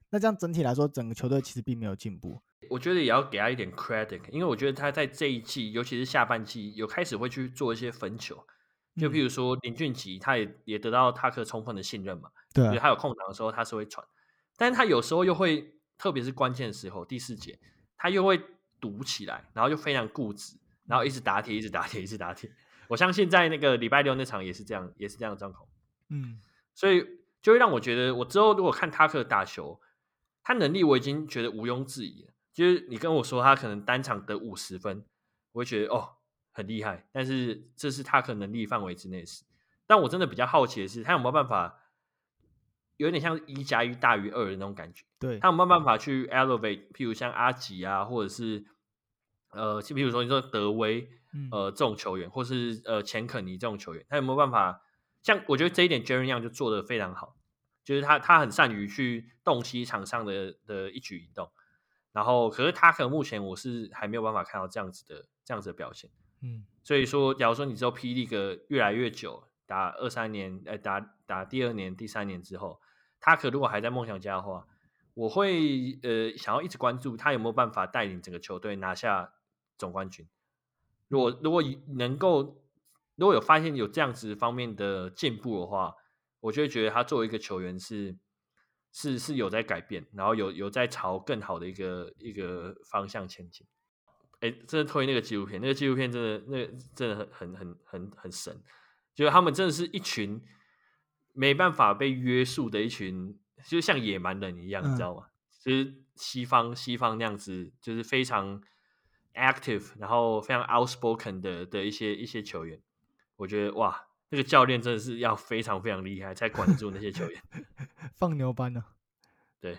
那这样整体来说，整个球队其实并没有进步。 我觉得也要给他一点 credit，因为我觉得他在这一季，尤其是下半季，有开始会去做一些分球。就譬如说林俊杰，他也也得到塔克充分的信任嘛， 对、啊， 所以他有空档的时候他是会传，但是他有时候又会，特别是关键的时候，第四节他又会堵起来，然后就非常固执，然后一直打铁，一直打铁，一直打铁。我相信在那个礼拜六那场也是这样，也是这样的状况。 嗯， 所以就会让我觉得，我之后如果看塔克打球，他能力我已经觉得毋庸置疑了。就是你跟我说他可能单场得五十分，我会觉得哦很厉害，但是这是他可能能力范围之内的事。但我真的比较好奇的是，他有没有办法，有点像一加一大于二的那种感觉？ 对， 他有没有办法去 elevate， 譬如像阿吉啊，或者是呃，就譬如说你说德威，呃，这种球员，或是呃钱肯尼这种球员，他有没有办法？像我觉得这一点 Jaren Young 就做得非常好，就是他他很善于去洞悉场上的的一举一动。然后，可是他可能目前我是还没有办法看到这样子的这样子的表现， 嗯， 所以说，假如说你之后霹雳个越来越久，打二三年，呃，打打第二年、第三年之后，他可如果还在梦想家的话，我会呃想要一直关注他有没有办法带领整个球队拿下总冠军。如果如果能够，如果有发现有这样子方面的进步的话，我就会觉得他作为一个球员是。是是有在改变，然后有有在朝更好的一个一个方向前进。哎，真的推那个纪录片，那个纪录片真的那个真的很很很很神，就是他们真的是一群没办法被约束的一群，就像野蛮人一样， 嗯、 你知道吗？就是西方西方那样子，就是非常 active，然后非常 outspoken 的的一些一些球员，我觉得哇。那个教练真的是要非常非常厉害，才管得住那些球员。 放牛班呢、啊？ 对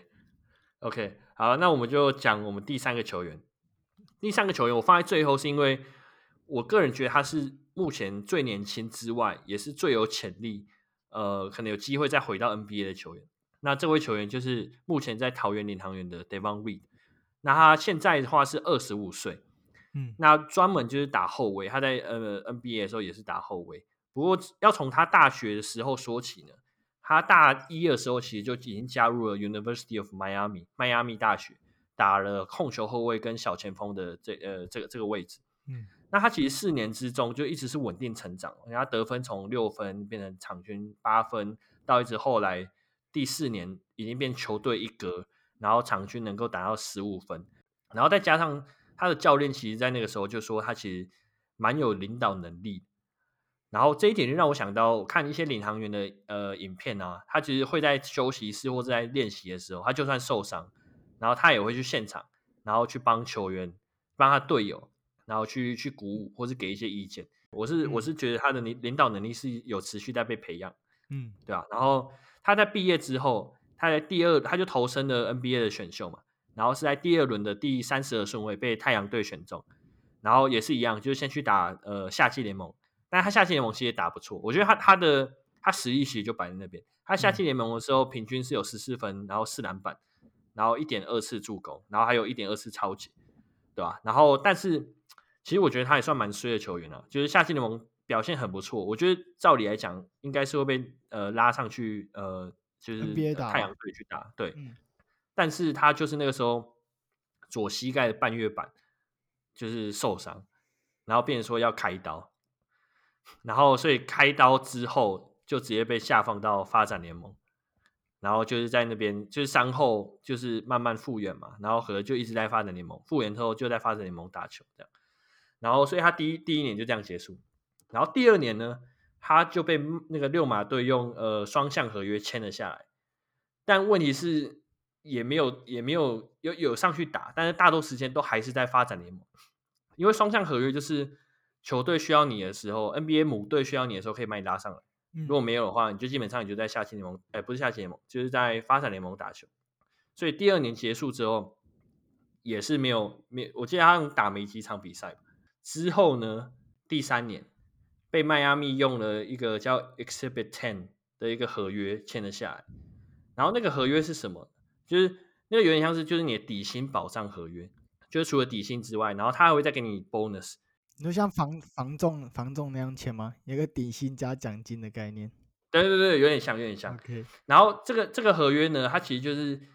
，OK， 好，那我们就讲我们第三个球员。第三个球员我放在最后，是因为我个人觉得他是目前最年轻之外，也是最有潜力，呃，可能有机会再回到 N B A 的球员。那这位球员就是目前在桃园领航员的 Devon Reed。那他现在的话是二十五岁， 嗯， 那专门就是打后卫。他在呃 N B A 的时候也是打后卫，不过要从他大学的时候说起呢。他大一的时候其实就已经加入了 University of Miami 迈阿密大学，打了控球后卫跟小前锋的这呃这个这个位置。 嗯， 那他其实四年之中就一直是稳定成长，他得分从六分变成场均八分，到一直后来第四年已经变球队一格，然后场均能够达到十五分，然后再加上他的教练其实在那个时候就说他其实蛮有领导能力。然后这一点就让我想到，看一些领航员的呃影片啊，他其实会在休息室或者在练习的时候，他就算受伤，然后他也会去现场，然后去帮球员、帮他队友，然后去去鼓舞或是给一些意见。我是、嗯、我是觉得他的领领导能力是有持续在被培养，嗯，对吧、啊？然后他在毕业之后，他在第二他就投身了 N B A 的选秀嘛，然后是在第二轮的第三十二顺位被太阳队选中，然后也是一样，就是先去打呃夏季联盟。但他夏季联盟其实也打不错，我觉得他他的他实力其实就摆在那边。他夏季联盟的时候，平均是有十四分，然后四篮板，然后一点二次助攻，然后还有一点二次超级，对吧？然后但是其实我觉得他也算蛮衰的球员了、啊，就是夏季联盟表现很不错，我觉得照理来讲应该是会被呃拉上去呃就是、呃、太阳队去打，对、嗯，但是他就是那个时候左膝盖的半月板就是受伤，然后变成说要开刀。然后，所以开刀之后就直接被下放到发展联盟，然后就是在那边就是伤后就是慢慢复原嘛，然后可能就一直在发展联盟，复原之后就在发展联盟打球这样，然后所以他第一第一年就这样结束，然后第二年呢，他就被那个六马队用呃双向合约签了下来，但问题是也没有也没有有有上去打，但是大多时间都还是在发展联盟，因为双向合约就是。球队需要你的时候 ，N B A 母队需要你的时候，可以把你拉上来。如果没有的话，你就基本上你就在夏季联盟，哎，不是夏季联盟，就是在发展联盟打球。所以第二年结束之后，也是没有没，我记得他打没几场比赛。之后呢，第三年被迈阿密用了一个叫 Exhibit Ten 的一个合约签了下来。然后那个合约是什么？就是那个有点像是就是你的底薪保障合约，就是除了底薪之外，然后他还会再给你 bonus。 你就像房房仲房仲那样签吗？有个底薪加奖金的概念。 对对对，有点像，有点像。 Okay. 然后这个这个合约呢，它其实就是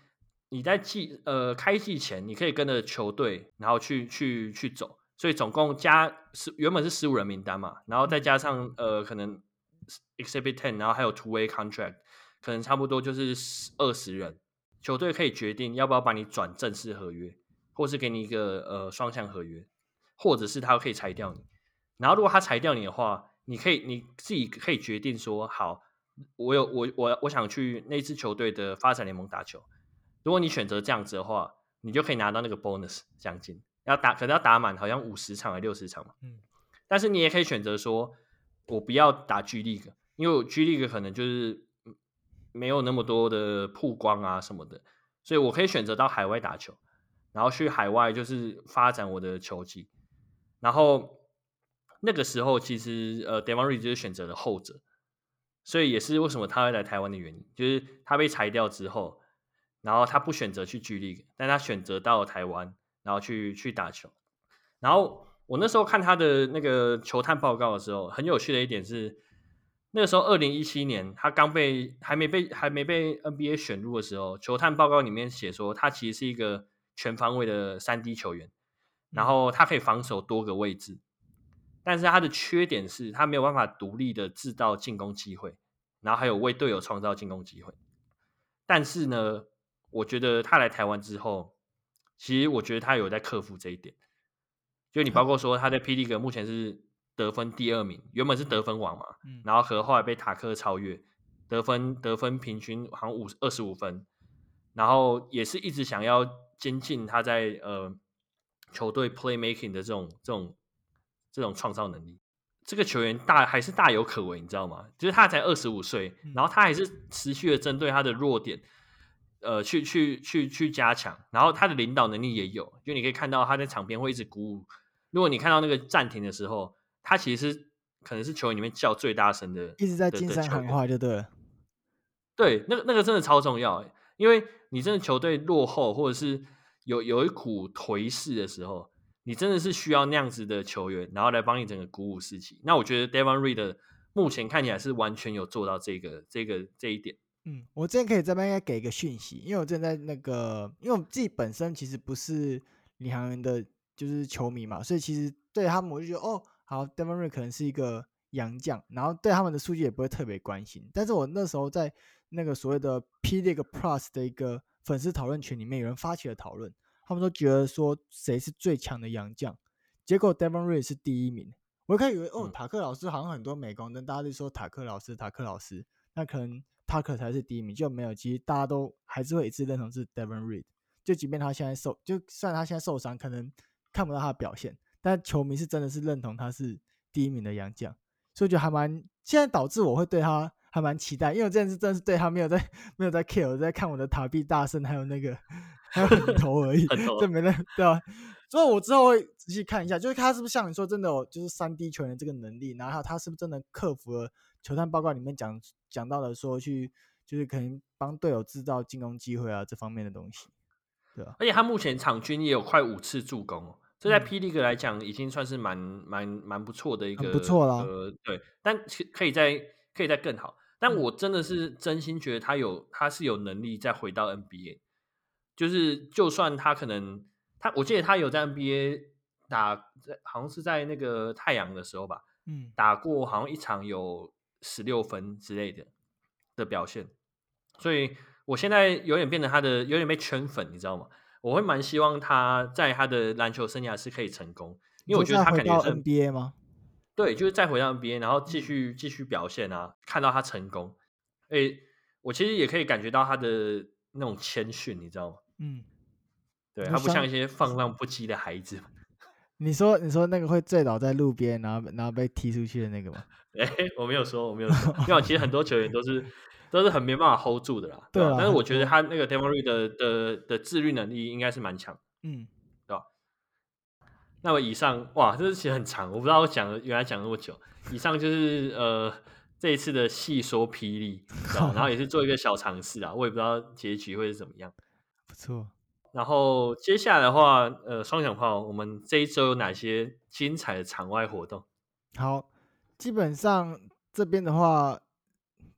你在季呃开季前，你可以跟着球队，然后去去去走，所以总共加是原本是十五人名单嘛，然后再加上呃可能 Exhibit Ten，然后还有 Two Way Contract，可能差不多就是二十人，球队可以决定要不要把你转正式合约，或是给你一个呃双向合约，或者是他可以裁掉你。然后如果他裁掉你的话，你可以你自己可以决定说，好，我有我我我想去那支球队的发展联盟打球。如果你选择这样子的话，你就可以拿到那个 bonus 奖金，要打可能要打满好像五十场还六十场嘛。嗯，但是你也可以选择说，我不要打 G League， 因为我 G League 可能就是没有那么多的曝光啊什么的，所以我可以选择到海外打球，然后去海外就是发展我的球技。然后那个时候其实呃 Devon Reed 就是选择了后者，所以也是为什么他会来台湾的原因，就是他被裁掉之后。然后他不选择去 G League， 但他选择到台湾，然后去去打球。然后我那时候看他的那个球探报告的时候，很有趣的一点是，那个时候二零一七年他刚被还没被还没被 N B A 选入的时候，球探报告里面写说他其实是一个全方位的三 D 球员，然后他可以防守多个位置，但是他的缺点是他没有办法独立的制造进攻机会，然后还有为队友创造进攻机会。但是呢，我觉得他来台湾之后，其实我觉得他有在克服这一点。就你包括说他在 P. League 目前是得分第二名，原本是得分王嘛，嗯、然后和后来被塔克超越，得分得分平均好像五二十五分，然后也是一直想要精进他在呃球队 playmaking 的这种这种这种创造能力。这个球员大还是大有可为，你知道吗？就是他才二十五岁，然后他还是持续的针对他的弱点。呃，去去去去加强，然后他的领导能力也有，就你可以看到他在场边会一直鼓舞。如果你看到那个暂停的时候，他其实是可能是球员里面叫最大声的， 一直在金山喊话就对了。 对，那个那个真的超重要，因为你真的球队落后或者是有有一股颓势的时候，你真的是需要那样子的球员，然后来帮你整个鼓舞士气。那我觉得 Devon Reed 目前看起来是完全有做到这个这个这一点。 嗯，我之前可以这边应该给一个讯息，因为我之前在那个，因为我自己本身其实不是领航员的，就是球迷嘛，所以其实对他们我就觉得，哦，好 ，Devon Reed 可能是一个洋将，然后对他们的数据也不会特别关心。但是我那时候在那个所谓的 P League Plus 的一个粉丝讨论群里面，有人发起了讨论，他们都觉得说谁是最强的洋将，结果 Devon Reed 是第一名。我一开始以为，哦，塔克老师好像很多镁光灯，大家就说塔克老师，塔克老师，那可能。塔克才是第一名，就没有。其实大家都还是会一致认同是 Devon Reed， 就即便他现在受，就虽然他现在受伤，可能看不到他的表现，但球迷是真的是认同他是第一名的洋将，所以我觉得还蛮，现在导致我会对他还蛮期待，因为我之前是真的是对他没有在没有在 care， 我在看我的塔币大圣还有那个还有很头而已，这没人对吧？所以我之后会仔细看一下，就是他是不是像你说真的有就是三 D 球员的这个能力，然后他是不是真的克服了球探报告里面讲讲到的说去就是可能帮队友制造进攻机会啊这方面的东西，对吧？ 而且他目前场均也有快五次助攻哦，这在 P League 来讲已经算是蛮蛮蛮不错的一个， 很不错啦。 呃，对，但可以再可以再更好。但我真的是真心觉得他有他是有能力再回到 N B A， 就是就算他可能他我记得他有在 N B A 打，好像是在那个太阳的时候吧，嗯，打过好像一场有十六分之类的的表现，所以我现在有点变得他的有点被圈粉，你知道吗？我会蛮希望他在他的篮球生涯是可以成功，因为我觉得他感觉是 N B A 吗？ 对，就是再回到 N B A， 然后继续继续表现啊，看到他成功。诶，我其实也可以感觉到他的那种谦逊，你知道吗？嗯，对，他不像一些放浪不羁的孩子。 你说你说那个会醉倒在路边，然后然后被踢出去的那个吗？ 哎，我没有说，我没有说，因为其实很多球员都是都是很没办法 hold 住的啦，对吧？但是我觉得他那个 Devon Reed 的的的自律能力应该是蛮强，嗯，对吧？那么以上，哇，这其实很长，我不知道我讲了原来讲那么久。以上就是呃这一次的细说霹雳，然后也是做一个小尝试啊，我也不知道结局会是怎么样。 不错。 然后接下来的话，呃，双响炮，我们这一周有哪些精彩的场外活动？ 好，基本上这边的话，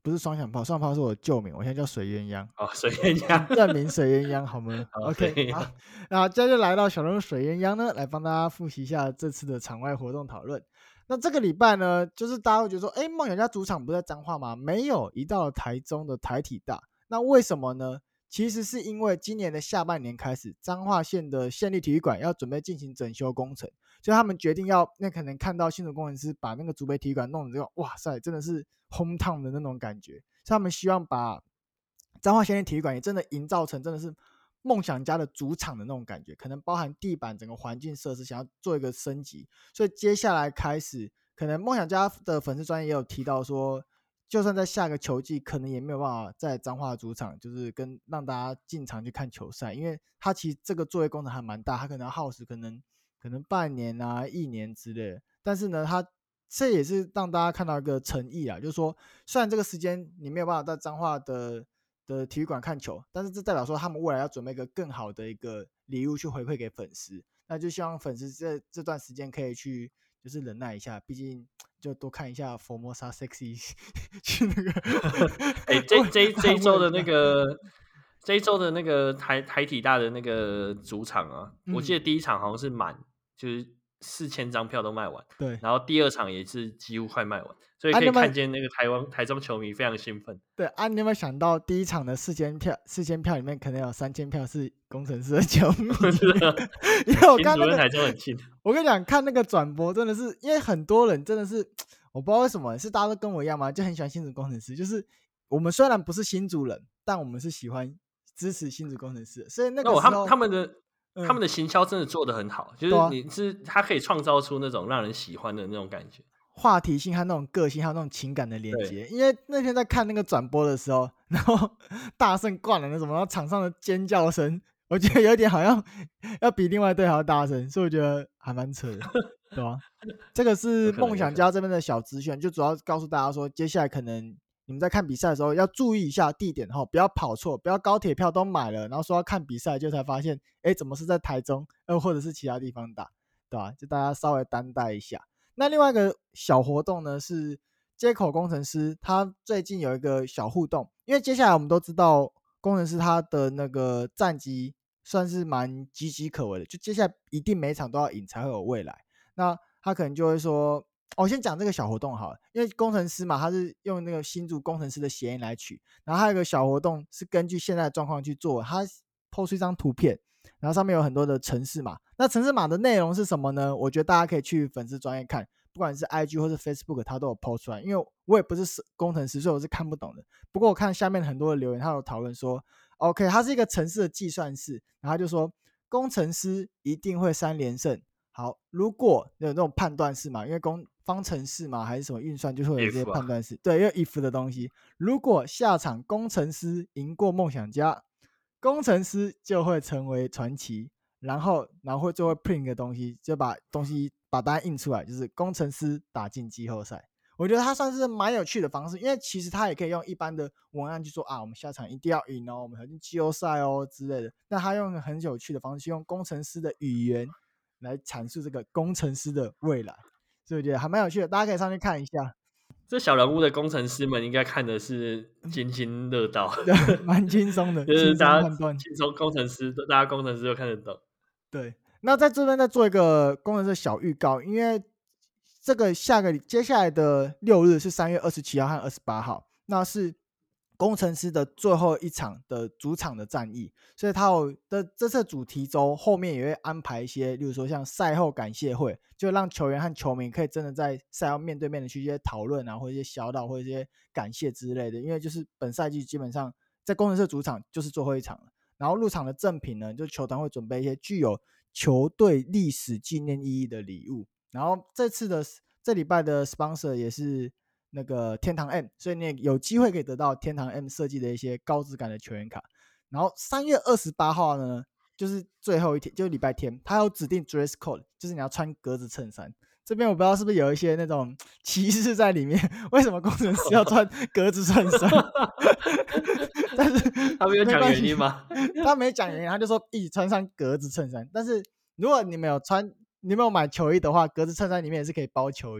不是双响炮，双响炮是我的旧名，我现在叫水鸳鸯。 哦，水鸳鸯， 证明水鸳鸯好吗好，水 ？OK， 鸳鸯， 好，那接下来就来到小人物水鸳鸯呢，来帮大家复习一下这次的场外活动讨论。那这个礼拜呢，就是大家会觉得说，哎，梦想家主场不在彰化吗？没有，移到了台中的台体大。那为什么呢？其实是因为今年的下半年开始，彰化县的县立体育馆要准备进行整修工程，所以他们决定要，那可能看到新竹工程师把那个竹北体育馆弄得这种，哇塞，真的是 hometown 的那种感觉，所以他们希望把彰化县立体育馆也真的营造成真的是梦想家的主场的那种感觉，可能包含地板整个环境设施，想要做一个升级，所以接下来开始，可能梦想家的粉丝专页也有提到说，就算在下个球季，可能也没有办法在彰化主场，就是跟让大家进场去看球赛，因为它其实这个作业工程还蛮大，它可能要耗时可能可能半年啊、一年之类的。但是呢，它这也是让大家看到一个诚意啊，就是说，虽然这个时间你没有办法在彰化的的体育馆看球，但是这代表说他们未来要准备一个更好的一个礼物去回馈给粉丝，那就希望粉丝这这段时间可以去就是忍耐一下，毕竟就多看一下 Formosa Sexy 去那个哎、这这这一周的那安慰一下个这一周的那个台台体大的那个主场啊， 嗯我记得第一场好像是满，就是四千张票都卖完， 对， 然后第二场也是几乎快卖完，所以啊， 可以你有没有看见那个台湾台中球迷非常兴奋。 对啊？你有没有想到第一场的四千票，四千票里面可能有三千票是工程师的球迷？ 是啊， 因为我新看那个， 竹跟台中很近， 我跟你讲，看那个转播真的是，因为很多人真的是，我不知道为什么，是大家都跟我一样吗？就很喜欢新竹工程师。就是我们虽然不是新竹人，但我们是喜欢支持新竹工程师的，所以那那我他们个时候， 他们的他们嗯， 的行销真的做得很好，就是对啊， 你是他可以创造出那种让人喜欢的那种感觉。 话题性和那种个性，还有那种情感的连对， 接。因为那天在看那个转播的时候，然后大胜灌篮的什么，然后场上的尖叫声，我觉得有点好像要比另外队还要大声，所以我觉得还蛮扯的，对吧？这个是有可能梦想家这边的小资讯，就主要告诉大家说，接下来可能你们在看比赛的时候要注意一下地点哈，不要跑错，不要高铁票都买了，然后说要看比赛，就才发现，哎，怎么是在台中，呃，或者是其他地方打，对吧？就大家稍微担待一下。那另外一个小活动呢是接口工程师，他最近有一个小互动，因为接下来我们都知道工程师他的那个战绩算是蛮岌岌可危的，就接下来一定每场都要赢才会有未来。那他可能就会说，我、哦、先讲这个小活动好了，因为工程师嘛，他是用那个新竹工程师的谐音来取，然后还有一个小活动是根据现在的状况去做，他 po 出一张图片，然后上面有很多的程式码，那程式码的内容是什么呢？我觉得大家可以去粉丝专页看，不管是 I G 或是 Facebook， 它都有 po 出来。因为我也不是工程师，所以我是看不懂的。不过我看下面很多的留言，他有讨论说 ，OK， 它是一个程式的计算式，然后他就说工程师一定会三连胜。好，如果有那种判断式嘛，因为工方程式嘛，还是什么运算，就会有这些 if 啊， 判断式，对，因为 if 的东西。如果下场工程师赢过梦想家，工程师就会成为传奇，然后然后就会 print 一个东西，就把东西把答案印出来，就是工程师打进季后赛。我觉得它算是蛮有趣的方式，因为其实它也可以用一般的文案去说啊，我们下场一定要赢哦，我们要进季后赛哦之类的。那他用很有趣的方式，用工程师的语言来阐述这个工程师的未来，所以我觉得还蛮有趣的，大家可以上去看一下。 这小人物的工程师们应该看的是津津乐道， 对，蛮轻松的， 就是轻松大家判断。 轻松工程师，大家工程师都看得懂。 对，那在这边再做一个工程师小预告，因为这个下个接下来的六日是三月二十七号和二十八号，那是工程师的最后一场的主场的战役，所以他有的这次主题周后面也会安排一些，例如说像赛后感谢会，就让球员和球迷可以真的在赛后面对面的去一些讨论啊，或者一些小岛或者一些感谢之类的，因为就是本赛季基本上在工程师主场就是最后一场了。然后入场的赠品呢，就球团会准备一些具有球队历史纪念意义的礼物。然后这次的这礼拜的 sponsor 也是那个天堂 M， 所以你也有机会可以得到天堂 M 设计的一些高质感的球员卡。然后三月二十八号呢，就是最后一天，就是礼拜天，他有指定 dress code， 就是你要穿格子衬衫。这边我不知道是不是有一些那种歧视在里面，为什么工程师要穿格子衬衫？但是他没有讲原因吗？ 他没讲原因，他就说一起穿上格子衬衫。但是如果你们有穿，你们有买球衣的话，格子衬衫里面也是可以包球衣啦，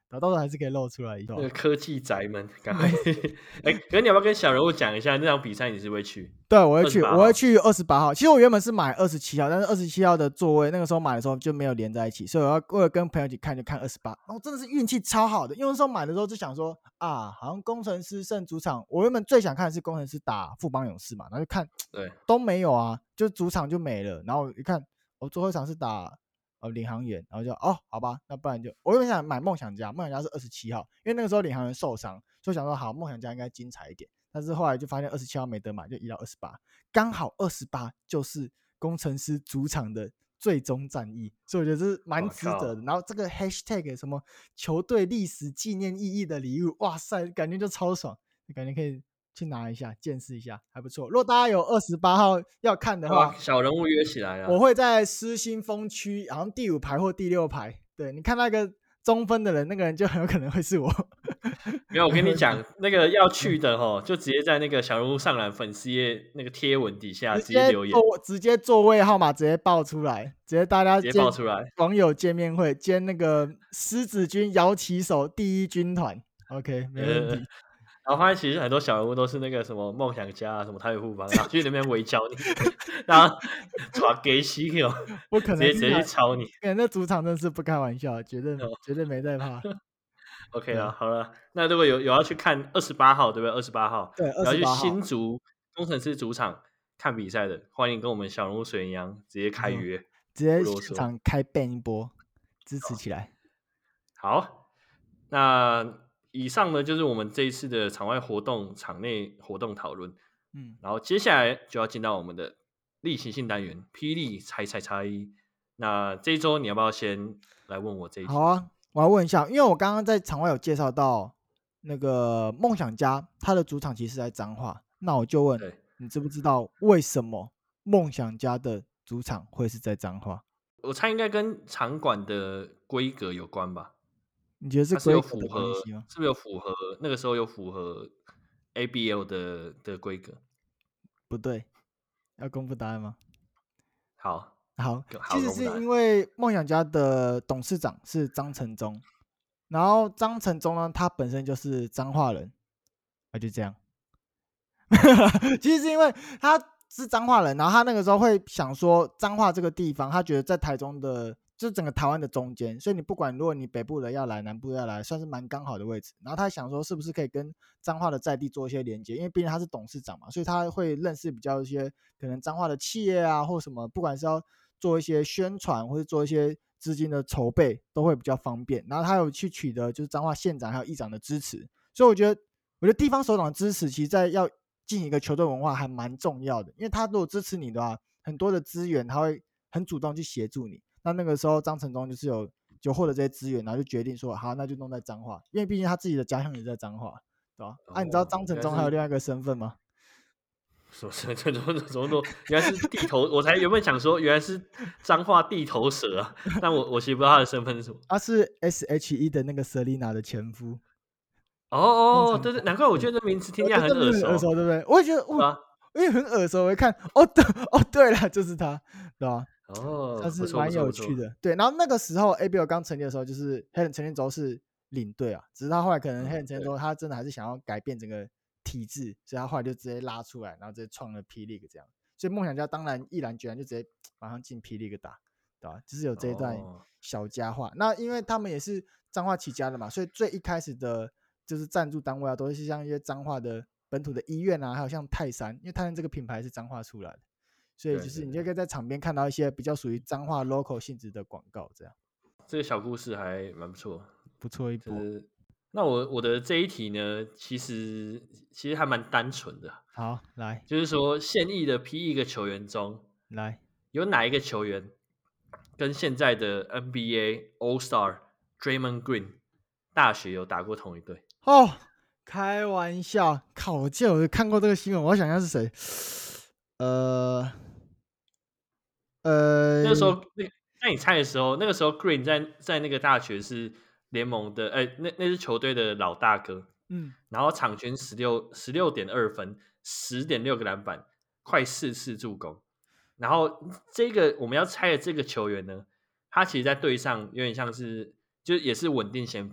到时候还是可以露出来一段。 那个科技宅们，赶快！哎，可是你要不要跟小人物讲一下那场比赛？你是不是会去？ 对，我会去， 28 我会去二十八号。其实我原本是买二十七号，但是二十七号的座位那个时候买的时候就没有连在一起，所以我要为了跟朋友一起看，就看二十八。然后真的是运气超好的，因为那时候买的时候就想说啊，好像工程师胜主场。我原本最想看的是工程师打富邦勇士嘛，然后就看对都没有啊，就主场就没了。然后一看，我最后一场是打呃领航员，然后就哦好吧，那不然就我原本想买梦想家，梦想家是二十七号，因为那个时候领航员受伤，所以想说好梦想家应该精彩一点。但是后来就发现二十七号没得买，就移到二十八，刚好二十八就是工程师主场的最终战役，所以我觉得这是蛮值得的。然后这个 hashtag 什么球队历史纪念意义的礼物，哇塞，感觉就超爽，感觉可以去拿一下见识一下，还不错。如果大家有二十八号要看的话， 小人物约起来了。 我会在狮心峰区，好像第五排或第六排。对，你看那个中分的人，那个人就很有可能会是我。 没有，我跟你讲，那个要去的齁，就直接在那个小人物上篮粉丝页那个贴文底下直接留言， 直接座位号码直接报出来，直接大家直接报出来， 网友见面会兼那个狮子军摇旗手第一军团 ，OK， 没问题。呃然后发现其实很多小人物都是那个什么梦想家啊，什么台北富邦，然后去那边围剿你，然后抓给西哦， 不可能直接直接去抄你。 那主场真是不开玩笑，绝对、哦、绝对没在怕。 OK 啊，好了，那如果有有要去看二十八号，对不对？二十八号， 对， 要去新竹工程师主场看比赛的，欢迎跟我们小人物水一样直接开约， 直接现场开 ban 一波，支持起来。 好，那以上呢就是我们这一次的场外活动、场内活动讨论。嗯，然后接下来就要进到我们的例行性单元——霹雳猜猜猜。那这一周你要不要先来问我这一题？ 好啊。我要问一下，因为我刚刚在场外有介绍到那个梦想家，他的主场其实在彰化，那我就问，你知不知道为什么梦想家的主场会是在彰化？ 我猜应该跟场馆的规格有关吧？ 你觉得是规格的关系吗？ 是不是有符合那个时候有符合 A B L 的的规格？ 不对，要公布答案吗？ 好。 好，其实是因为梦想家的董事长是张成忠，然后张成忠呢，他本身就是彰化人，那就这样。其实是因为他是彰化人，然后他那个时候会想说，彰化这个地方，他觉得在台中的，就是整个台湾的中间，所以你不管如果你北部的要来，南部要来，算是蛮刚好的位置。然后他想说，是不是可以跟彰化的在地做一些连接？因为毕竟他是董事长嘛，所以他会认识比较一些可能彰化的企业啊，或什么，不管是要做一些宣传或者做一些资金的筹备都会比较方便。然后他有去取得就是彰化县长还有议长的支持，所以我觉得我觉得地方首长的支持其实在要进行一个球队文化还蛮重要的，因为他如果支持你的话，很多的资源他会很主动去协助你。那那个时候张成忠就是有就获得这些资源，然后就决定说好，那就弄在彰化，因为毕竟他自己的家乡也在彰化，对吧？哦、啊，你知道张成忠还有另外一个身份吗？ 什么什么什么什么多？原来是地头，我才原本想说原来是彰化地头蛇啊，但我我其实不知道他的身份是什么。 他是 S H E 的那个 Selina 的前夫。 哦哦，对对，难怪我觉得这名字听起来很耳熟， 耳熟对不对？我也觉得哇，因为很耳熟，我一看，哦对哦对了，就是他，对吧？ 哦， 他是蛮有趣的，对。然后那个时候 A B L 刚成立的时候，就是黑人成立之后是领队啊，只是他后来可能黑人成立之后，他真的还是想要改变整个体制，所以他后来就直接拉出来，然后直接创了霹雳这样。所以梦想家当然毅然决然就直接马上进霹雳打，对吧？就是有这一段小佳话。那因为他们也是彰化起家的嘛，所以最一开始的就是赞助单位啊，都是像一些彰化的本土的医院啊，还有像泰山，因为泰山这个品牌是彰化出来的，所以就是你就可以在场边看到一些比较属于彰化 local 性质的广告，这样。 这个小故事还蛮不错， 不错一波。 就是、那我我的这一题呢，其实其实还蛮单纯的。 好，来， 就是说现役的 P 一个球员中， 来有哪一个球员跟现在的 N B A All Star Draymond Green 大学有打过同一队？ 哦，开玩笑，靠！我记得我看过这个新闻，我要想一下是谁。呃呃， 那个时候，那在你猜的时候，那个时候 Green 在在那个大学是联盟的，哎、欸，那那是球队的老大哥，嗯，然后场均十六十六点二分，十点六个篮板，快四次助攻。然后这个我们要猜的这个球员呢，他其实在队上有点像是，就也是稳定先发，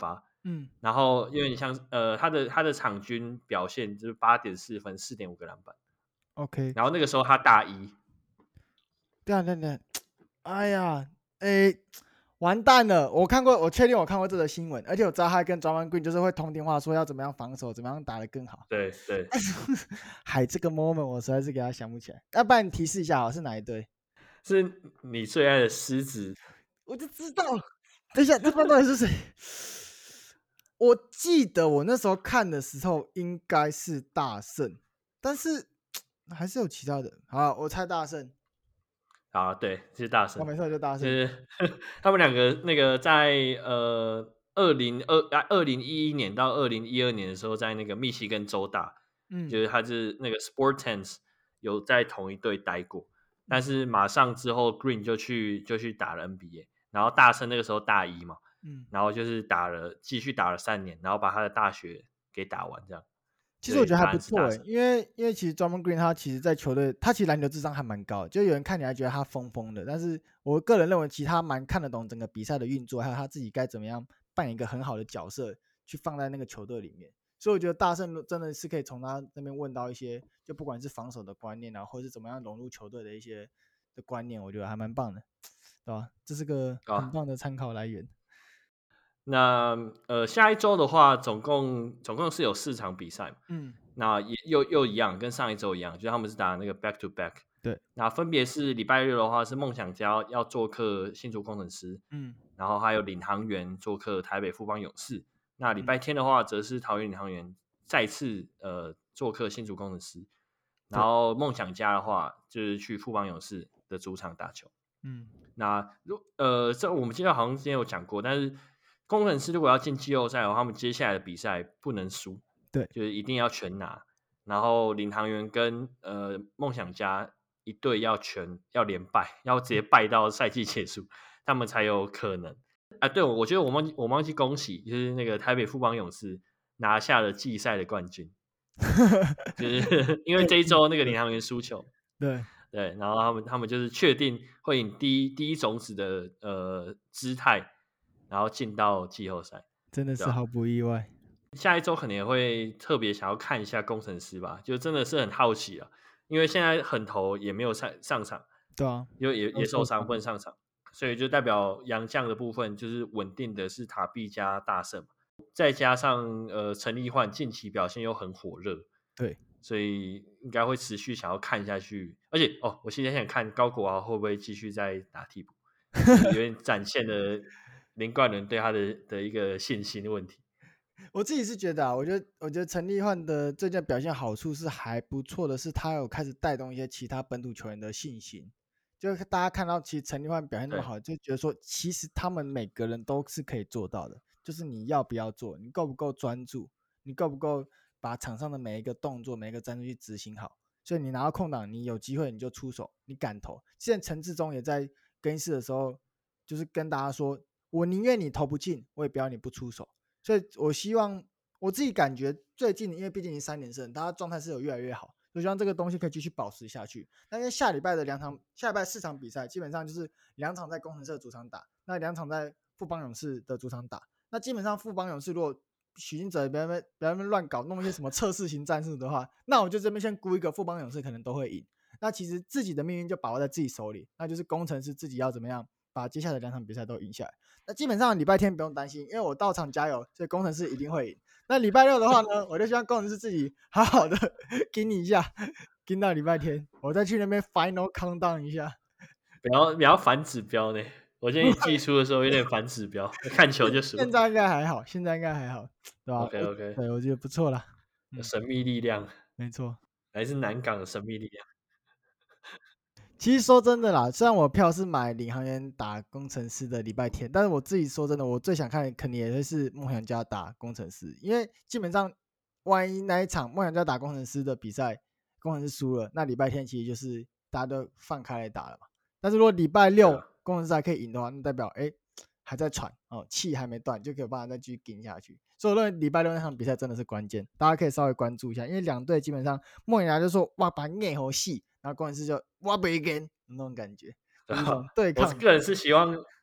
嗯然后有点像呃他的他的场均表现就是八点四分，四点五个篮板。 ，OK， 然后那个时候他大一， 对啊，对啊对啊，哎呀，诶，完蛋了！我看过，我确定我看过这个新闻，而且我知道他跟 Draymond Green 就是会通电话说要怎么样防守，怎么样打得更好。 对对， 海这个 moment 我实在是给他想不起来，要不然你提示一下好是哪一队？ 是你最爱的狮子。 我就知道。等一下，这帮到底是谁？我记得我那时候看的时候应该是大圣，但是还是有其他的。好，我猜大圣。 啊，对，是大我、 圣， 没错，就大圣。 就是他们两个那个在呃二零二啊二零一一年到二零一二年的时候，在那个密西根州大， 嗯就是他是那个 Spartans 有在同一队待过，但嗯是马上之后 Green 就去就去打了 N B A，然后大圣那个时候大一嘛， 嗯， 然后就是打了继续打了三年，然后把他的大学给打完这样。 其实我觉得还答不错诶、 案是大圣。 因为因为其实 Draymond Green 他其实在球队，他其实篮球智商还蛮高的，就有人看起来觉得他疯疯的，但是我个人认为其实他蛮看得懂整个比赛的运作，还有他自己该怎么样扮演一个很好的角色去放在那个球队里面。所以我觉得大圣真的是可以从他那边问到一些，就不管是防守的观念啊，或者是怎么样融入球队的一些的观念，我觉得还蛮棒的，对吧？这是个很啊， 棒的参考来源。 那呃下一周的话，总共总共是有四场比赛嘛， 嗯， 那也又又一样，跟上一周一样，就是他们是打那个 back to back。 对， 那分别是礼拜六的话是梦想家要做客新竹工程师， 嗯然后还有领航员做客台北富邦勇士。那礼拜嗯， 天的话，则是桃园领航员再次呃做客新竹工程师，然对， 后梦想家的话就是去富邦勇士的主场打球。 嗯那如呃，这我们今天好像之前有讲过，但是工程师如果要进季后赛的话，他们接下来的比赛不能输， 对， 就是一定要全拿。然后领航员跟呃梦想家一队要全要连败，要直接败到赛季结束，他们才有可能啊。对，我觉得我忘记我忘记恭喜，就是那个台北富邦勇士拿下了季赛的冠军，就是因为这一周那个领航员输球， 对， 对，然后他们他们就是确定会以第一第一种子的呃姿态，然后进到季后赛，对吧？ 真的是毫不意外。 下一周可能也会特别想要看一下工程师吧，就真的是很好奇啊，因为现在狠头也没有上上场， 对啊， 因为也都也受伤受伤了。 不能上场，所以就代表洋将的部分就是稳定的是塔碧加大胜嘛，再加上呃陈立焕近期表现又很火热， 对， 所以应该会持续想要看下去。而且哦，我现在想看高国豪会不会继续在打替补，就是有点展现了林冠伦对他的的一个信心的问题。 我自己是觉得啊，我觉得我觉得陈立焕的最近表现好处是还不错的，是他有开始带动一些其他本土球员的信心。就是大家看到其实陈立焕表现那么对好，就觉得说其实他们每个人都是可以做到的，就是你要不要做，你够不够专注，你够不够把场上的每一个动作、每一个战术去执行好。所以你拿到空档，你有机会你就出手，你敢投。现在陈志忠也在更衣室的时候，就是跟大家说，我宁愿你投不进，我也不要你不出手。所以我希望我自己感觉最近，因为毕竟已经三连胜，大家状态是有越来越好，我希望这个东西可以继续保持下去。但是下礼拜的两场，下礼拜四场比赛，基本上就是两场在工程师的主场打，那两场在富邦勇士的主场打。那基本上富邦勇士如果许金哲不要不要乱搞，弄一些什么测试型战术的话，那我就这边先估一个富邦勇士可能都会赢。那其实自己的命运就把握在自己手里，那就是工程师自己要怎么样把接下来两场比赛都赢下来。那基本上礼拜天不用担心，因为我到场加油，所以工程师一定会赢。那礼拜六的话呢，我就希望工程师自己好好的给你一下，跟到礼拜天，我再去那边 final countdown 一下。 不要不要反指标呢，我觉得你寄出的时候有点反指标，看球就输。 现在应该还好，现在应该还好，对吧？ OK OK， 对，我觉得不错啦。嗯， 神秘力量没错。 来自南港的神秘力量。 其实说真的啦，虽然我票是买领航员打工程师的礼拜天，但是我自己说真的，我最想看的肯定也会是梦想家打工程师，因为基本上万一那一场梦想家打工程师的比赛，工程师输了，那礼拜天其实就是大家都放开来打了嘛。但是如果礼拜六啊工程师还可以赢的话，那代表哎还在喘哦，气还没断，就可以有办法再继续顶下去。所以我认为礼拜六那场比赛真的是关键，大家可以稍微关注一下，因为两队基本上梦想家就说哇把内猴戏，然后工程师就哇不 again 那种感觉，就是一种对抗。 我个人是希望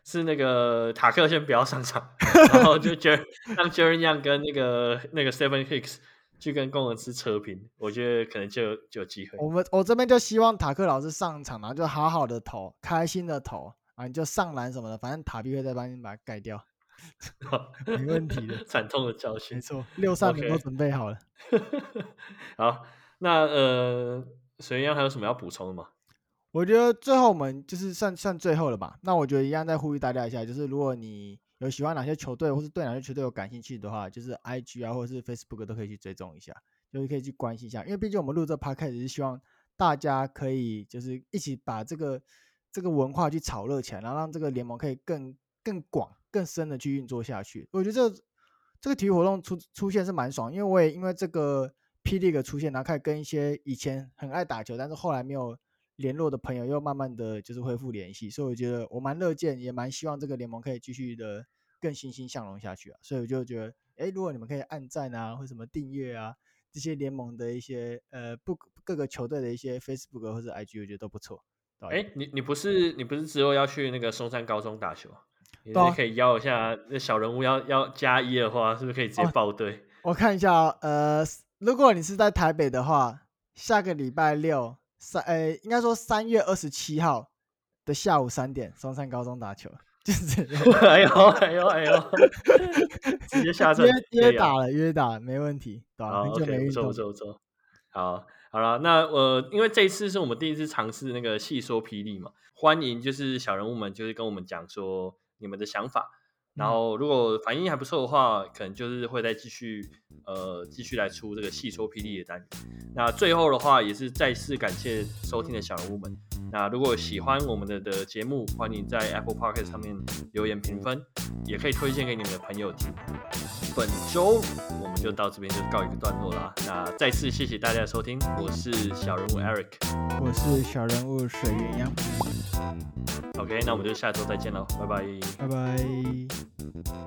是那个塔克先不要上场，然后就觉得让 Jaren Young 跟那个那个 Stephen Hicks 去跟工程师扯平，我觉得可能就就有机会。 我们我这边就希望塔克老师上场，然后就好好的投，开心的投啊，你就上篮什么的，反正塔比会再帮你把它盖掉，没问题的。 惨痛的教训， 没错，六扇门都准备好了。 好，那呃，水源还有什么要补充的吗？ 我觉得最后我们就是算算最后了吧。那我觉得一样再呼吁大家一下，就是如果你有喜欢哪些球队，或是对哪些球队有感兴趣的话，就是 I G 啊，或者是 Facebook 都可以去追踪一下，就是可以去关心一下。因为毕竟我们录这 podcast 是希望大家可以就是一起把这个这个文化去炒热起来，然后让这个联盟可以更更广、更深的去运作下去。我觉得这这个体育活动出出现是蛮爽，因为我也因为这个 P League 出现，然后开始跟一些以前很爱打球，但是后来没有联络的朋友又慢慢的就是恢复联系，所以我觉得我蛮乐见，也蛮希望这个联盟可以继续的更欣欣向荣下去啊。所以我就觉得，哎，如果你们可以按赞啊，或什么订阅啊，这些联盟的一些呃不各个球队的一些 Facebook 或者 I G， 我觉得都不错。 哎，你你不是你不是之后要去那个松山高中打球？你对啊， 可以邀一下那小人物要要加一的话，是不是可以直接报队？ 哦、我看一下、哦，呃，如果你是在台北的话，下个礼拜六三，呃，应该说三月二十七号的下午三点，松山高中打球，就是哎呦哎呦哎呦，直接下阵约约打了，约打了，没问题，对吧、 好很久没 ，OK，不运动， 错不错不错。好，好了，那呃，因为这一次是我们第一次尝试那个细说霹雳嘛，欢迎就是小人物们就是跟我们讲说你们的想法，然后如果反应还不错的话，可能就是会再继续呃继续来出这个细说霹雳的单元。那最后的话也是再次感谢收听的小人物们。那如果喜欢我们的的节目，欢迎在 Apple Podcast 上面留言评分，也可以推荐给你们的朋友听。本周我们就到这边就告一个段落啦。那再次谢谢大家的收听，我是小人物 Eric， 我是小人物水鸳鸯。 OK， 那我们就下周再见喽，拜拜， 拜拜。